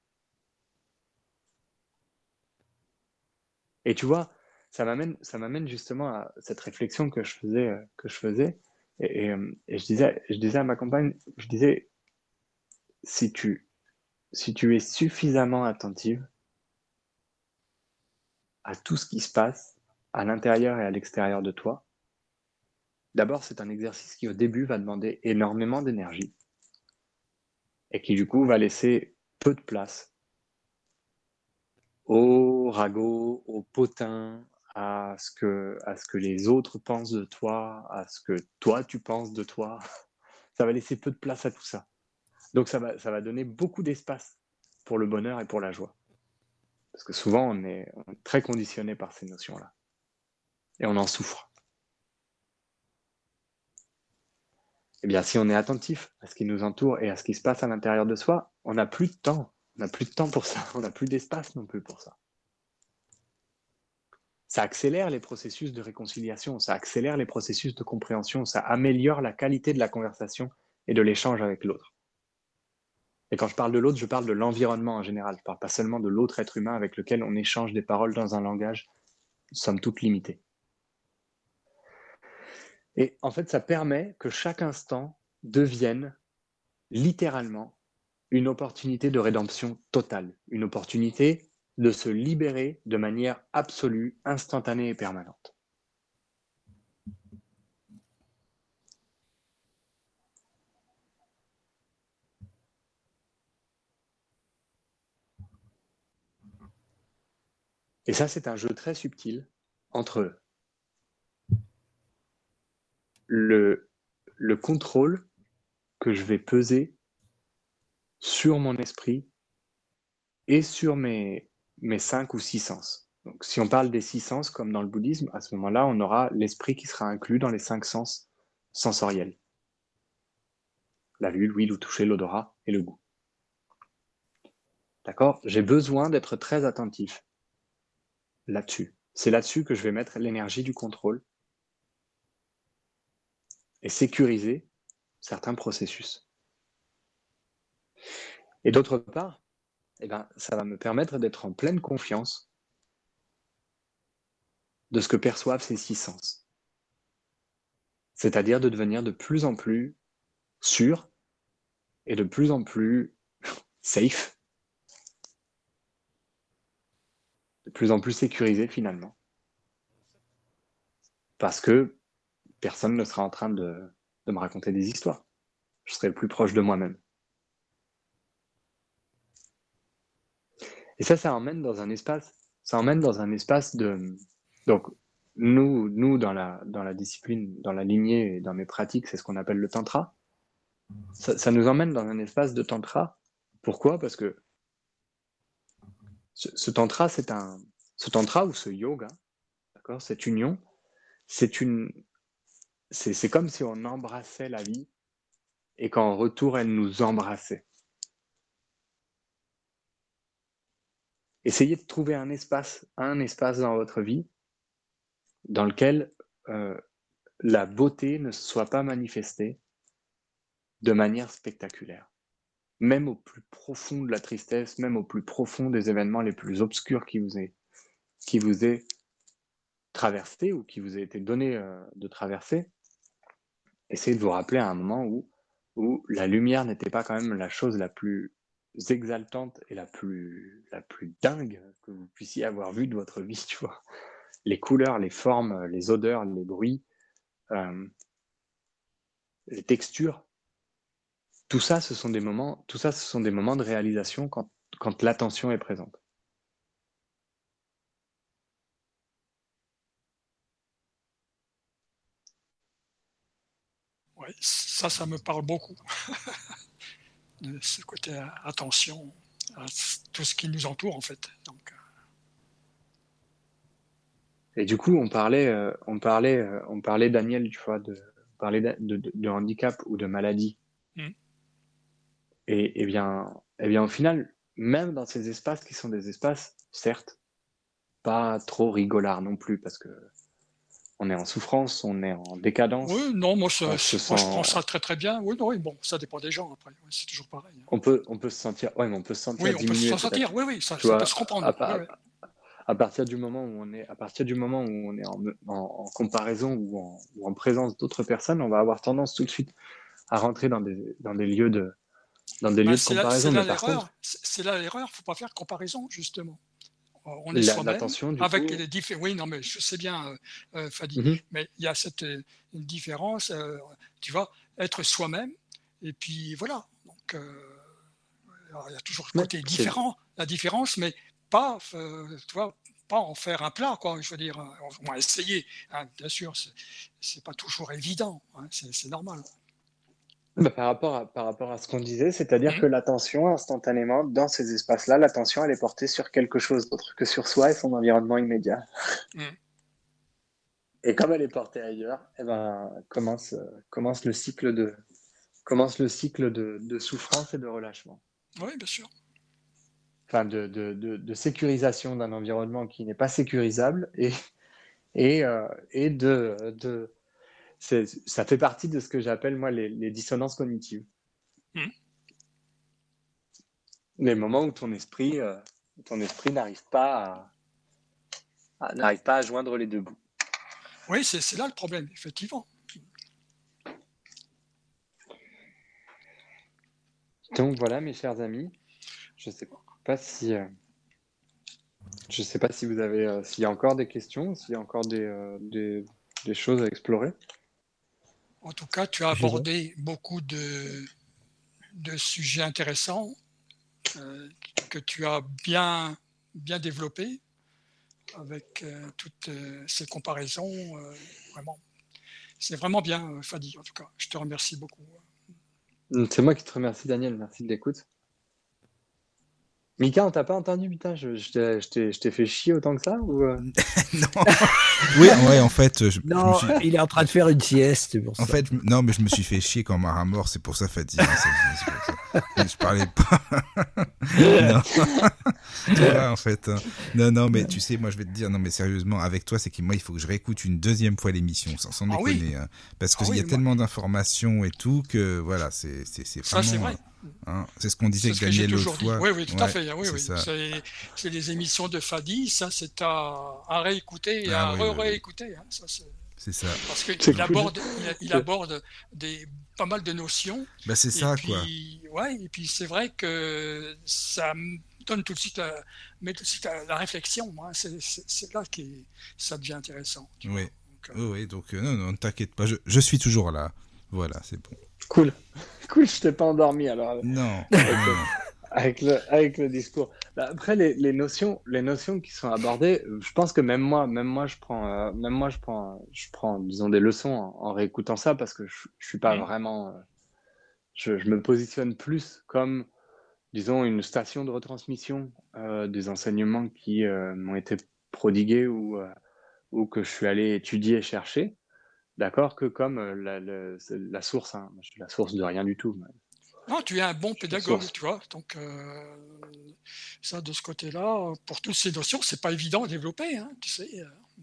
Et tu vois, ça m'amène justement à cette réflexion que je faisais et je disais à ma compagne, je disais, si tu es suffisamment attentive à tout ce qui se passe à l'intérieur et à l'extérieur de toi, d'abord, c'est un exercice qui, au début, va demander énormément d'énergie et qui, du coup, va laisser peu de place aux ragots, aux potins, à ce que les autres pensent de toi, à ce que toi, tu penses de toi. Ça va laisser peu de place à tout ça. Donc, ça va donner beaucoup d'espace pour le bonheur et pour la joie. Parce que souvent, on est très conditionné par ces notions-là. Et on en souffre. Eh bien, si on est attentif à ce qui nous entoure et à ce qui se passe à l'intérieur de soi, on n'a plus de temps. On n'a plus de temps pour ça. On n'a plus d'espace non plus pour ça. Ça accélère les processus de réconciliation, ça accélère les processus de compréhension, ça améliore la qualité de la conversation et de l'échange avec l'autre. Et quand je parle de l'autre, je parle de l'environnement en général. Je ne parle pas seulement de l'autre être humain avec lequel on échange des paroles dans un langage, somme toute limité. Et en fait, ça permet que chaque instant devienne littéralement une opportunité de rédemption totale, une opportunité de se libérer de manière absolue, instantanée et permanente. Et ça, c'est un jeu très subtil entre le contrôle que je vais peser sur mon esprit et sur mes 5 ou 6 sens. Donc, si on parle des 6 sens, comme dans le bouddhisme, à ce moment-là, on aura l'esprit qui sera inclus dans les 5 sens sensoriels. La vue, l'ouïe, le toucher, l'odorat et le goût. D'accord ? J'ai besoin d'être très attentif là-dessus. C'est là-dessus que je vais mettre l'énergie du contrôle et sécuriser certains processus. Et d'autre part, eh ben, ça va me permettre d'être en pleine confiance de ce que perçoivent ces 6 sens. C'est-à-dire de devenir de plus en plus sûr et de plus en plus safe, de plus en plus sécurisé finalement. Parce que personne ne sera en train de me raconter des histoires. Je serai le plus proche de moi-même. Et ça emmène dans un espace de... Donc, nous dans la discipline, dans la lignée et dans mes pratiques, c'est ce qu'on appelle le tantra. Ça nous emmène dans un espace de tantra. Pourquoi ? Parce que ce tantra, ce tantra ou ce yoga, d'accord, cette union, c'est comme si on embrassait la vie et qu'en retour, elle nous embrassait. Essayez de trouver un espace dans votre vie dans lequel la beauté ne soit pas manifestée de manière spectaculaire. Même au plus profond de la tristesse, même au plus profond des événements les plus obscurs qui vous aient traversé ou qui vous ait été donné de traverser, essayez de vous rappeler à un moment où la lumière n'était pas quand même la chose la plus exaltante et la plus dingue que vous puissiez avoir vue de votre vie, tu vois. Les couleurs, les formes, les odeurs, les bruits, les textures, tout ça, ce sont des moments de réalisation quand l'attention est présente. Oui, ça me parle beaucoup. De ce côté attention à tout ce qui nous entoure, en fait. Donc, Et du coup, on parlait, Daniel, tu vois, de handicap ou de maladie. Et bien, au final, même dans ces espaces qui sont des espaces, certes, pas trop rigolard non plus, parce que on est en souffrance, on est en décadence. Oui, non, moi, On se moi je sent, prends ça très très bien. Oui, non, oui, bon, ça dépend des gens après. Ouais, c'est toujours pareil. on peut se sentir, ouais, mais on peut se sentir Oui, on peut diminué s'en peut-être. sortir. Oui, oui, ça Tu peut se vois, comprendre. Oui, oui. à partir du moment où on est, à partir du moment où on est en comparaison ou en présence d'autres personnes, on va avoir tendance tout de suite à rentrer dans des lieux de Ben, comparaison. Mais par contre, c'est là l'erreur. Faut pas faire de comparaison justement. On est soi-même l'attention, du avec coup, les différences. Oui, non, mais je sais bien, Fadi, mhm. mais il y a cette une différence. Tu vois, être soi-même, et puis voilà. Donc, alors, il y a toujours le Ouais, côté différent, la différence, mais pas, tu vois, pas en faire un plat, quoi. Je veux dire, on va essayer. Hein, bien sûr, c'est pas toujours évident. Hein, c'est normal. Bah, par rapport à ce qu'on disait, c'est-à-dire que l'attention, instantanément, dans ces espaces-là, l'attention, elle est portée sur quelque chose d'autre que sur soi et son environnement immédiat. Mm. Et comme elle est portée ailleurs, eh ben, commence le cycle de souffrance et de relâchement. Oui, bien sûr. Enfin, de sécurisation d'un environnement qui n'est pas sécurisable et ça fait partie de ce que j'appelle, moi, les dissonances cognitives. Mm. Les moments où ton esprit n'arrive pas à joindre les deux bouts. Oui, c'est là le problème, effectivement. Donc voilà, mes chers amis, je sais pas si vous avez, s'il y a encore des questions, s'il y a encore des choses à explorer. En tout cas, tu as abordé beaucoup de sujets intéressants que tu as bien développés avec toutes ces comparaisons. Vraiment, c'est vraiment bien, Fadi, en tout cas. Je te remercie beaucoup. C'est moi qui te remercie, Daniel. Merci de l'écoute. Mika, on t'a pas entendu, putain, je t'ai fait chier autant que ça ou Non. Oui, ouais, en fait. Non, il est en train de faire une sieste, c'est pour ça. En fait, non, mais je me suis fait chier quand Mara mort, c'est pour ça, Fatih. Je parlais pas. Non. Tu vois, en fait. Non, mais tu sais, moi, je vais te dire, non, mais sérieusement, avec toi, c'est que moi, il faut que je réécoute une deuxième fois l'émission, sans déconner. Oui. Hein, parce qu'il y a tellement d'informations et tout que, voilà, c'est vraiment. Ça, c'est vrai. Hein, c'est ce qu'on disait avec Daniel l'autre fois. Oui, oui, tout à fait. Oui, oui. C'est les émissions de Fadi, ça, c'est à réécouter et à réécouter. Hein, ça, c'est ça. Parce qu'il aborde pas mal de notions. Bah, c'est ça, puis, quoi. Ouais, et puis c'est vrai que ça donne tout de suite la réflexion. Hein. C'est là que ça devient intéressant. Oui, donc non, ne t'inquiète pas, je suis toujours là. Voilà, c'est bon. Cool, je t'ai pas endormi alors. Non. Avec le discours. Après, les notions qui sont abordées, je pense que même moi, je prends, disons, des leçons en réécoutant ça parce que je suis pas vraiment, je me positionne plus comme, disons, une station de retransmission des enseignements qui m'ont été prodigués ou que je suis allé étudier et chercher, d'accord, que comme la source, hein. Je suis la source de rien du tout. Non, tu es un bon pédagogue, tu vois. Donc, ça, de ce côté-là, pour toutes ces notions, c'est pas évident à développer, hein, tu sais.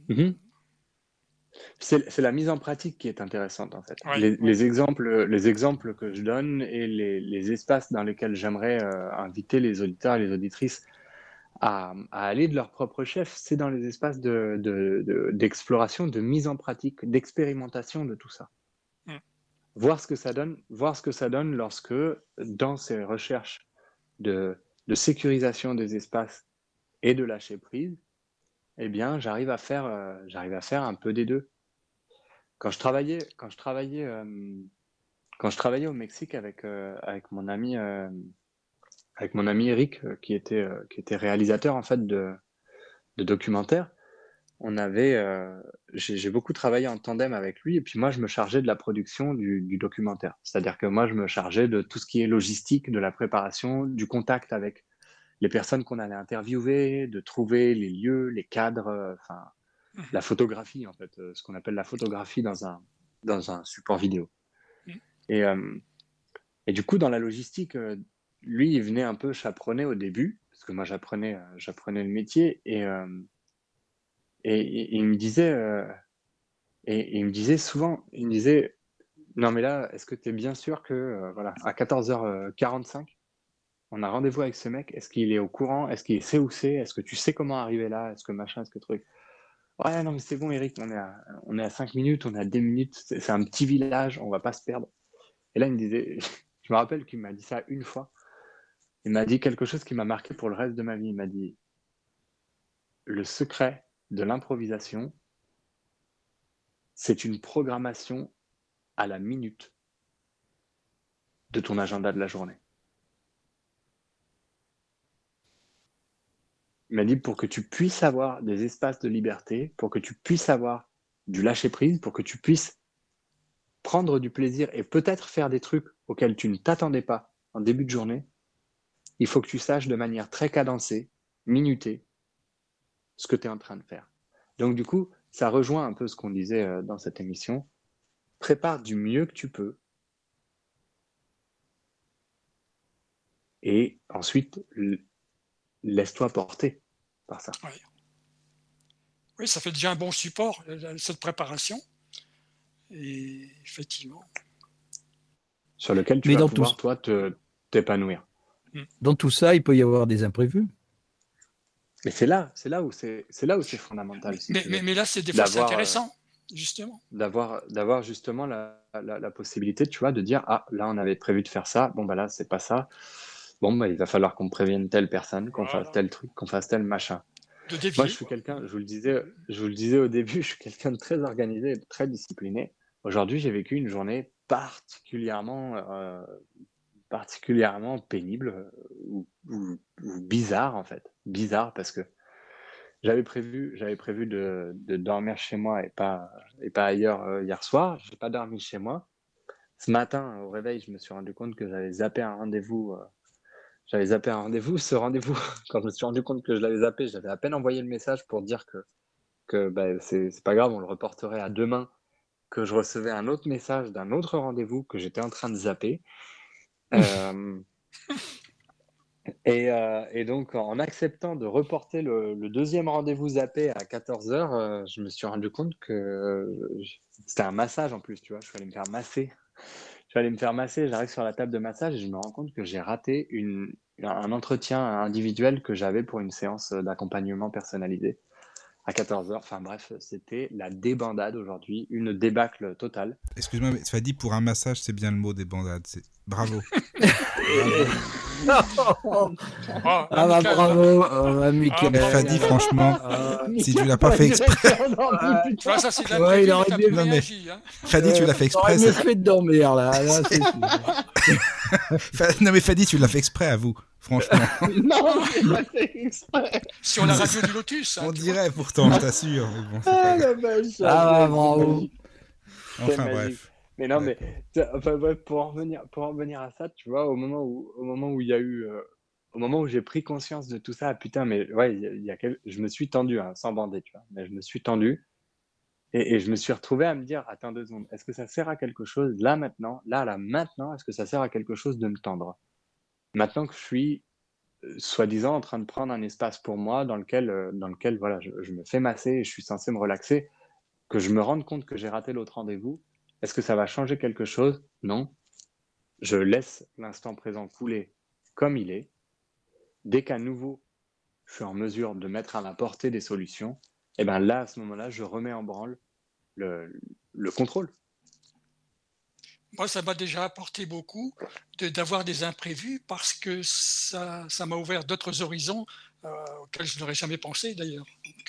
C'est la mise en pratique qui est intéressante, en fait. Ouais, les exemples que je donne et les espaces dans lesquels j'aimerais inviter les auditeurs et les auditrices à aller de leur propre chef, c'est dans les espaces d'exploration, de mise en pratique, d'expérimentation de tout ça. Voir ce que ça donne lorsque, dans ces recherches de sécurisation des espaces et de lâcher prise, eh bien, j'arrive à faire un peu des deux. Quand je travaillais au Mexique avec mon ami Eric, qui était réalisateur en fait de documentaires, j'ai beaucoup travaillé en tandem avec lui, et puis moi je me chargeais de la production du documentaire. C'est-à-dire que moi je me chargeais de tout ce qui est logistique, de la préparation, du contact avec les personnes qu'on allait interviewer, de trouver les lieux, les cadres, la photographie en fait, ce qu'on appelle la photographie dans un support vidéo. Et du coup dans la logistique, lui il venait un peu chaperonner au début, parce que moi j'apprenais le métier, Et il me disait, il me disait souvent, il me disait, non mais là, est-ce que tu es bien sûr que, voilà, à 14h45, on a rendez-vous avec ce mec, est-ce qu'il est au courant, est-ce qu'il sait où c'est, est-ce que tu sais comment arriver là, est-ce que machin, est-ce que truc. Ouais, non mais c'est bon Eric, on est à 5 minutes, on est à 10 minutes, c'est un petit village, on va pas se perdre. Et là, il me disait, je me rappelle qu'il m'a dit ça une fois, il m'a dit quelque chose qui m'a marqué pour le reste de ma vie, il m'a dit, le secret de l'improvisation, c'est une programmation à la minute de ton agenda de la journée. Il m'a dit pour que tu puisses avoir des espaces de liberté, pour que tu puisses avoir du lâcher-prise, pour que tu puisses prendre du plaisir et peut-être faire des trucs auxquels tu ne t'attendais pas en début de journée, il faut que tu saches de manière très cadencée, minutée, ce que tu es en train de faire. Donc du coup, ça rejoint un peu ce qu'on disait dans cette émission. Prépare du mieux que tu peux. Et ensuite, laisse-toi porter par ça. Oui, ça fait déjà un bon support, cette préparation. Et effectivement. Sur lequel tu vas pouvoir, toi, t'épanouir. Dans tout ça, il peut y avoir des imprévus. Mais c'est là où c'est fondamental. Mais là, c'est des fois c'est intéressant, justement. D'avoir justement la possibilité, tu vois, de dire ah là on avait prévu de faire ça, bon bah là c'est pas ça. Bon bah il va falloir qu'on prévienne telle personne, qu'on fasse tel truc, qu'on fasse tel machin. Moi je suis quelqu'un, je vous le disais au début, je suis quelqu'un de très organisé, de très discipliné. Aujourd'hui j'ai vécu une journée particulièrement pénible ou bizarre en fait. Bizarre parce que j'avais prévu de dormir chez moi et pas ailleurs hier soir. J'ai pas dormi chez moi. Ce matin, au réveil, je me suis rendu compte que j'avais zappé un rendez-vous. Ce rendez-vous, quand je me suis rendu compte que je l'avais zappé, j'avais à peine envoyé le message pour dire que bah, c'est pas grave, on le reporterait à demain, que je recevais un autre message d'un autre rendez-vous que j'étais en train de zapper. Et donc, en acceptant de reporter le deuxième rendez-vous zappé à 14h, je me suis rendu compte que c'était un massage en plus, tu vois. Je suis allé me faire masser. J'arrive sur la table de massage et je me rends compte que j'ai raté un entretien individuel que j'avais pour une séance d'accompagnement personnalisé à 14h. Enfin bref, c'était la débandade aujourd'hui, une débâcle totale. Excuse-moi, mais Fadi, pour un massage, c'est bien le mot débandade. Bravo. Bravo, Mickaël. Fadi, franchement, si tu l'as pas fait exprès. Tu vois, ça, c'est de la il aurait bien réagi. Fadi, tu l'as fait exprès. Il fait de dormir, là. Non, mais Fadi, tu l'as fait exprès à vous, franchement. Non, j'ai pas fait exprès. Sur la radio du Lotus. On dirait pourtant, je t'assure. Mais bon, bravo. Enfin, bref. Mais non, mais pour en revenir à ça, tu vois, au moment où il y a eu, au moment où j'ai pris conscience de tout ça, putain, mais ouais, je me suis tendu, hein, sans bander, tu vois, mais je me suis tendu et je me suis retrouvé à me dire, attends 2 secondes, est-ce que ça sert à quelque chose là maintenant, est-ce que ça sert à quelque chose de me tendre? Maintenant que je suis soi-disant en train de prendre un espace pour moi dans lequel voilà, je me fais masser et je suis censé me relaxer, que je me rende compte que j'ai raté l'autre rendez-vous. Est-ce que ça va changer quelque chose? Non. Je laisse l'instant présent couler comme il est. Dès qu'à nouveau, je suis en mesure de mettre à la portée des solutions, et bien là, à ce moment-là, je remets en branle le contrôle. Moi, ça m'a déjà apporté beaucoup d'avoir des imprévus parce que ça m'a ouvert d'autres horizons auxquels je n'aurais jamais pensé d'ailleurs.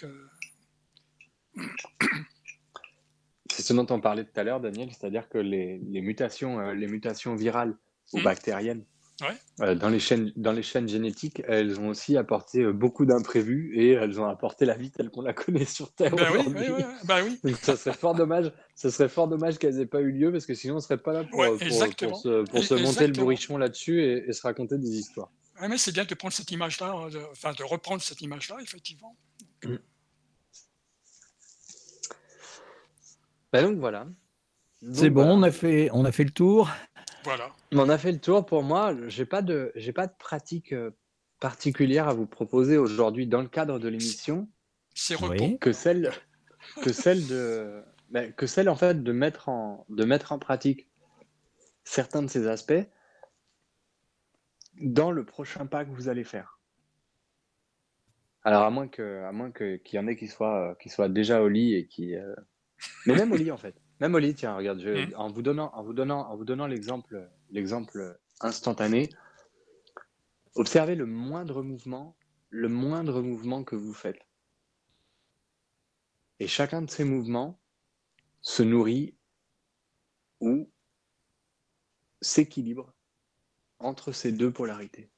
C'est ce dont on parlait tout à l'heure, Daniel, c'est-à-dire que les mutations virales ou bactériennes dans les chaînes génétiques, elles ont aussi apporté beaucoup d'imprévus et elles ont apporté la vie telle qu'on la connaît sur Terre aujourd'hui. Oui. Donc ça serait fort dommage qu'elles n'aient pas eu lieu parce que sinon on ne serait pas là pour se monter le bourrichon là-dessus et se raconter des histoires. Oui, mais c'est bien de prendre cette image-là, de reprendre cette image-là, effectivement. Donc voilà. C'est bon, on a fait le tour. Voilà. On a fait le tour pour moi. J'ai pas de pratique particulière à vous proposer aujourd'hui dans le cadre de l'émission. c'est repos. Que celle en fait de mettre en pratique certains de ces aspects dans le prochain pas que vous allez faire. Alors à moins qu'il y en ait qui soient déjà au lit et qui mais même au lit en fait. Même au lit, tiens, regarde, en vous donnant l'exemple instantané, observez le moindre mouvement que vous faites. Et chacun de ces mouvements se nourrit ou s'équilibre entre ces deux polarités.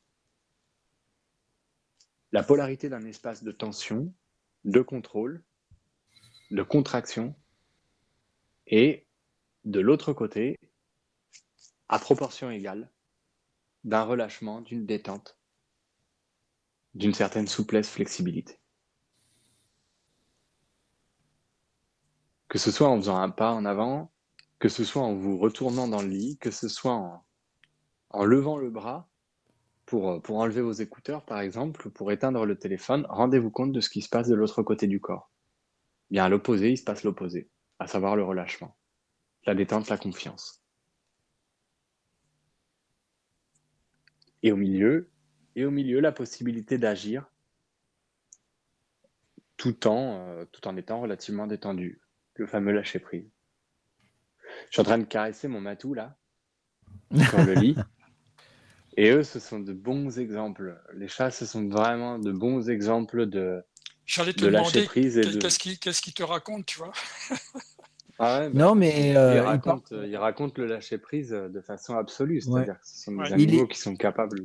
La polarité d'un espace de tension, de contrôle, de contraction, et de l'autre côté, à proportion égale, d'un relâchement, d'une détente, d'une certaine souplesse, flexibilité. Que ce soit en faisant un pas en avant, que ce soit en vous retournant dans le lit, que ce soit en levant le bras pour enlever vos écouteurs, par exemple, pour éteindre le téléphone, rendez-vous compte de ce qui se passe de l'autre côté du corps. Bien, à l'opposé, il se passe l'opposé, à savoir le relâchement, la détente, la confiance. Et au milieu, la possibilité d'agir tout en étant relativement détendu. Le fameux lâcher-prise. Je suis en train de caresser mon matou, là, sur le lit. Et eux, ce sont de bons exemples. Les chats, ce sont vraiment de bons exemples de lâcher-prise. Qu'est-ce qu'ils te racontent, tu vois. Ah ouais, non, mais ils racontent le lâcher-prise de façon absolue. C'est-à-dire que ce sont des animaux qui sont capables...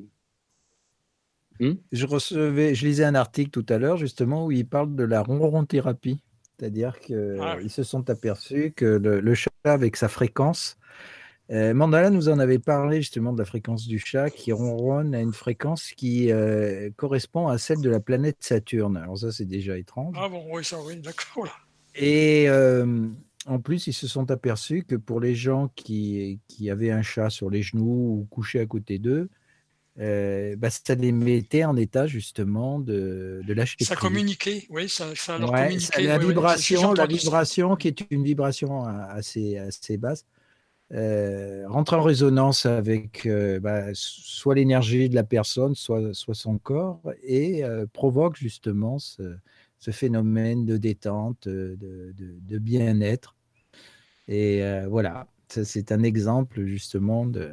Je lisais un article tout à l'heure justement où il parle de la ronron-thérapie, c'est-à-dire qu'ils se sont aperçus que le chat avec sa fréquence, Mandala nous en avait parlé justement de la fréquence du chat qui ronronne à une fréquence qui correspond à celle de la planète Saturne. Alors ça c'est déjà étrange. Ah bon, oui, ça oui, d'accord. Et en plus ils se sont aperçus que pour les gens qui avaient un chat sur les genoux ou couchés à côté d'eux, ça les mettait en état justement de lâcher prise. Ça communiquait, oui, ça leur communiquait. La vibration qui est une vibration assez basse, rentre en résonance avec soit l'énergie de la personne, soit son corps, et provoque justement ce phénomène de détente, de bien-être. Et voilà, ça, c'est un exemple justement de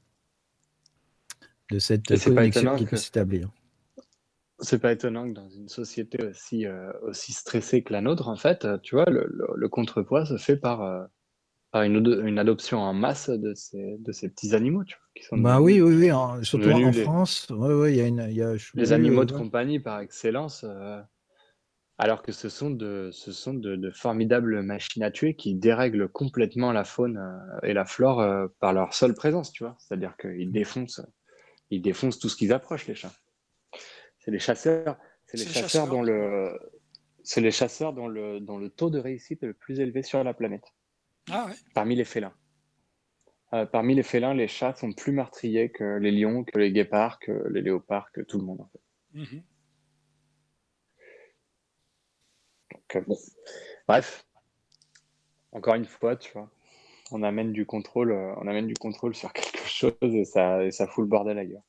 cette connexion qui peut s'établir. C'est pas étonnant que dans une société aussi stressée que la nôtre, en fait, tu vois, le contrepoids se fait par une adoption en masse de ces petits animaux, tu vois, qui sont oui, surtout en France. Il y a les animaux de compagnie par excellence, alors que ce sont de formidables machines à tuer qui dérèglent complètement la faune et la flore par leur seule présence, tu vois. C'est-à-dire qu'ils défoncent tout ce qu'ils approchent, les chats. C'est les chasseurs dont le taux de réussite est le plus élevé sur la planète. Ah ouais. Parmi les félins. Les chats sont plus meurtriers que les lions, que les guépards, que les léopards, que tout le monde, en fait. Mm-hmm. Donc, bon. Bref. Encore une fois, tu vois, on amène du contrôle sur quelque chose et ça fout le bordel ailleurs.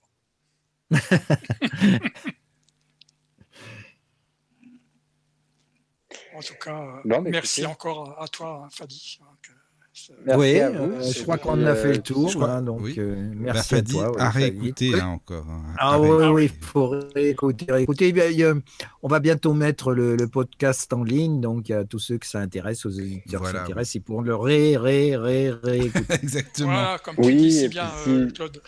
En tout cas, merci encore à toi, Fadi. Oui, je crois qu'on a fait le tour. Merci à toi. À réécouter encore. Oui, il faut réécouter. On va bientôt mettre le podcast en ligne, donc à tous ceux que ça intéresse, aux auditeurs qui s'intéressent, ils pourront le réécouter. Exactement. Voilà, comme tu dis si bien, Claude.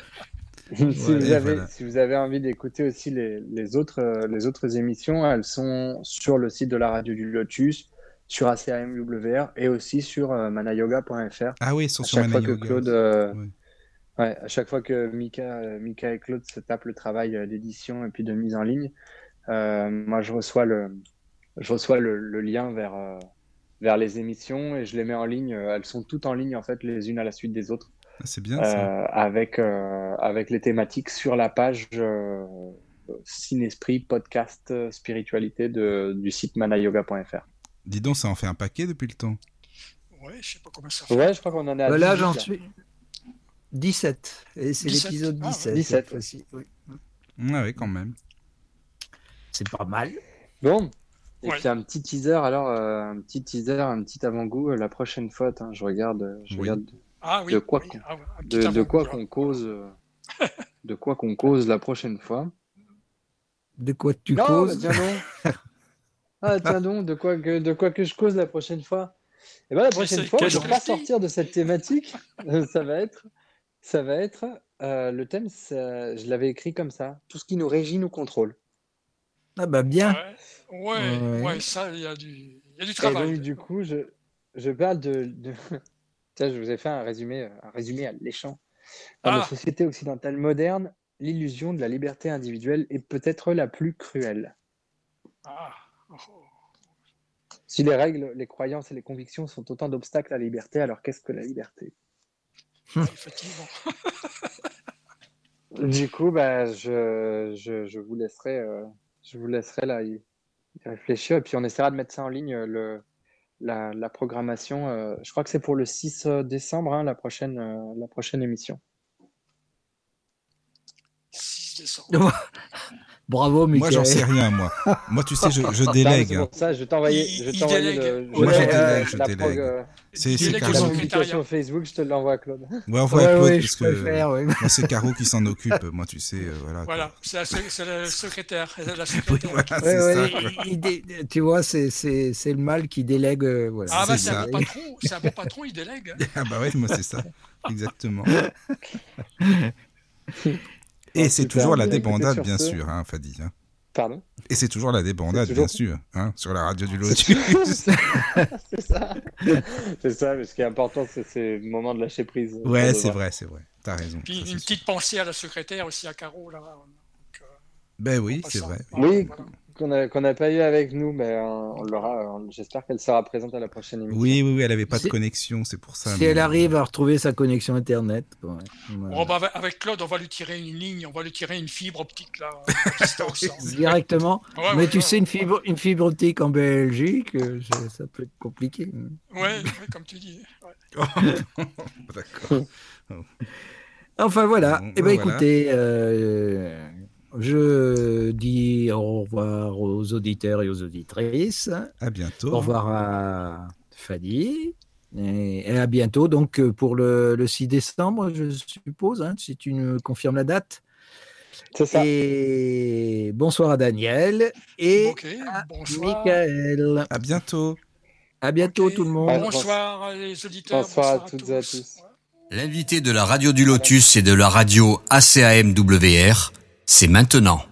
Si vous avez envie d'écouter aussi les autres émissions, elles sont sur le site de la radio du Lotus, sur ACAMWR et aussi sur manayoga.fr. Ah oui, ils sont sur Manayoga. À chaque fois que Mika et Claude se tapent le travail d'édition et puis de mise en ligne, moi je reçois le lien vers les émissions et je les mets en ligne. Elles sont toutes en ligne en fait, les unes à la suite des autres. C'est bien ça. Avec les thématiques sur la page Synesprit podcast spiritualité du site manayoga.fr. Dis donc, ça en fait un paquet depuis le temps. Ouais, je sais pas comment ça fait. Ouais, je crois qu'on en est à là, 18, j'en suis 17. Et c'est 17. l'épisode 17. 17 aussi. Oui. Ah oui, quand même. C'est pas mal. Bon. Et Ouais. puis un petit teaser, alors un petit avant-goût la prochaine fois. Je regarde Ah oui. de quoi oui. qu'on- Ah, ouais, un petit de avant-goût, quoi là. qu'on cause, de quoi qu'on cause la prochaine fois. De quoi tu Non, causes tiens donc. Ah tiens donc, de quoi que je cause la prochaine fois. Et ben la prochaine c'est fois, qu'est-ce je ne que vais pas je dis sortir de cette thématique. ça va être le thème. Je l'avais écrit comme ça. Tout ce qui nous régit nous contrôle. Ah bah bien. Ouais, ça, il y a du Et travail. donc du coup, je parle de... Tiens, je vous ai fait un résumé alléchant. Dans nos sociétés occidentales modernes, l'illusion de la liberté individuelle est peut-être la plus cruelle. Ah. Oh. Si les règles, les croyances et les convictions sont autant d'obstacles à la liberté, alors qu'est-ce que la liberté? Effectivement. Du coup, je vous laisserai là y réfléchir et puis on essaiera de mettre ça en ligne, la programmation. Je crois que c'est pour le 6 décembre, hein, la prochaine émission. 6 décembre. Bravo, Michael. Moi, j'en sais rien, moi. Moi, tu sais, je délègue. C'est pour ça, je vais t'envoyer Moi, je délègue. C'est délègue Caro. au la secrétariat. notification Facebook, je te l'envoie, Claude. Ouais, envoie à Claude, je parce que préfère, ouais. moi, c'est Caro qui s'en occupe. Moi, tu sais, voilà. Voilà, c'est le secrétaire. La Oui, secrétaire. voilà, Ouais, c'est ça. ouais, tu vois, c'est le mal qui délègue. Voilà. Ah bah C'est c'est un ça. bon patron, c'est un bon patron, il délègue. Ah bah ouais, moi, c'est ça. Exactement. Et c'est super. toujours la Écoutez, débandade, sur bien ce- sûr, hein, Fadi. Hein. Pardon? Et c'est toujours la débandade, C'est toujours- bien sûr, hein, sur la radio du C'est Lotus. C'est ça. C'est ça, mais ce qui est important, c'est ces moments de lâcher prise. Ouais, Pour de c'est vrai. T'as raison. Puis ça, c'est une sûr. petite pensée à la secrétaire aussi, à Caro, là. Donc, Ben oui, en c'est passant. vrai. Oui, Voilà. qu'on n'a pas eu avec nous, mais on l'aura. J'espère qu'elle sera présente à la prochaine émission. Oui, elle avait pas de C'est- connexion, c'est pour ça. Si mais- elle arrive à retrouver sa connexion Internet. Ouais. Bon, bah, avec Claude, on va lui tirer une ligne, on va lui tirer une fibre optique, là, à distance. hein. Directement. Ouais, Mais ouais, tu ouais. sais, une fibre optique en Belgique, ça peut être compliqué. Ouais, comme tu dis. Ouais. D'accord. Enfin voilà. Bon, Eh ben voilà. écoutez, je dis au revoir aux auditeurs et aux auditrices. À bientôt. Au revoir à Fadi. Et à bientôt donc pour le 6 décembre, je suppose, hein, si tu me confirmes la date. C'est ça. Et bonsoir à Daniel et Ok, à bonsoir. Michael. À bientôt. À bientôt Ok, tout le monde. Bonsoir les auditeurs. Bonsoir à toutes et à tous. L'invité de la radio du Lotus et de la radio ACAMWR, c'est maintenant.